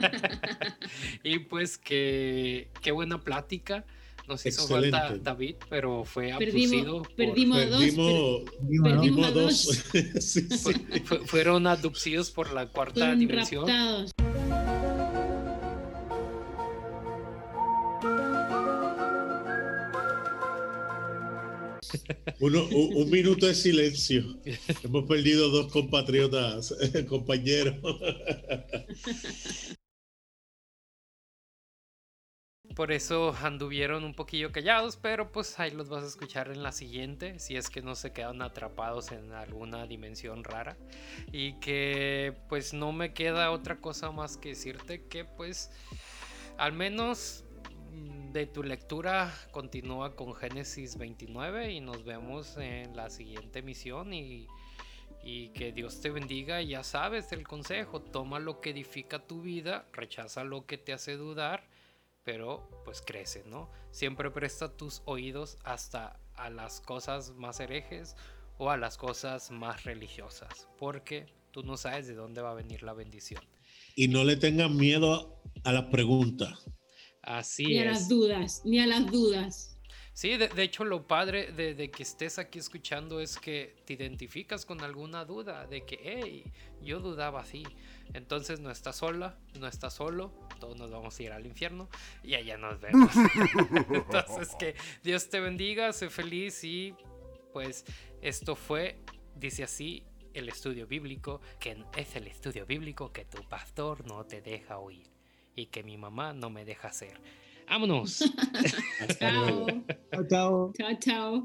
pues qué buena plática. Nos hizo falta David, pero fue abducido. Perdimos a dos. Sí. Fueron abducidos por la cuarta dimensión. Raptados. Un minuto de silencio. Hemos perdido 2 compatriotas, compañeros. Por eso anduvieron un poquillo callados, pero pues ahí los vas a escuchar en la siguiente, si es que no se quedan atrapados en alguna dimensión rara. Y que pues no me queda otra cosa más que decirte que pues al menos de tu lectura continúa con Génesis 29 y nos vemos en la siguiente emisión y que Dios te bendiga. Ya sabes el consejo, toma lo que edifica tu vida, rechaza lo que te hace dudar, pero pues crece, ¿no? Siempre presta tus oídos hasta a las cosas más herejes o a las cosas más religiosas, porque tú no sabes de dónde va a venir la bendición. Y no le tengan miedo a las preguntas. Así ni es. Ni a las dudas. Sí, de hecho lo padre de que estés aquí escuchando es que te identificas con alguna duda, de que, hey, yo dudaba así. Entonces no estás sola, no estás solo, todos nos vamos a ir al infierno y allá nos vemos. Entonces que Dios te bendiga, sé feliz y pues esto fue, dice así, el estudio bíblico, que es el estudio bíblico que tu pastor no te deja oír y que mi mamá no me deja hacer. ¡Vámonos! Chao. Chao. Chao, chao.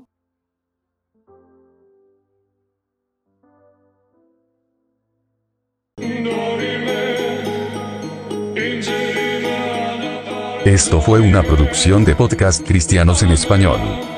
Esto fue una producción de Podcast Cristianos en Español.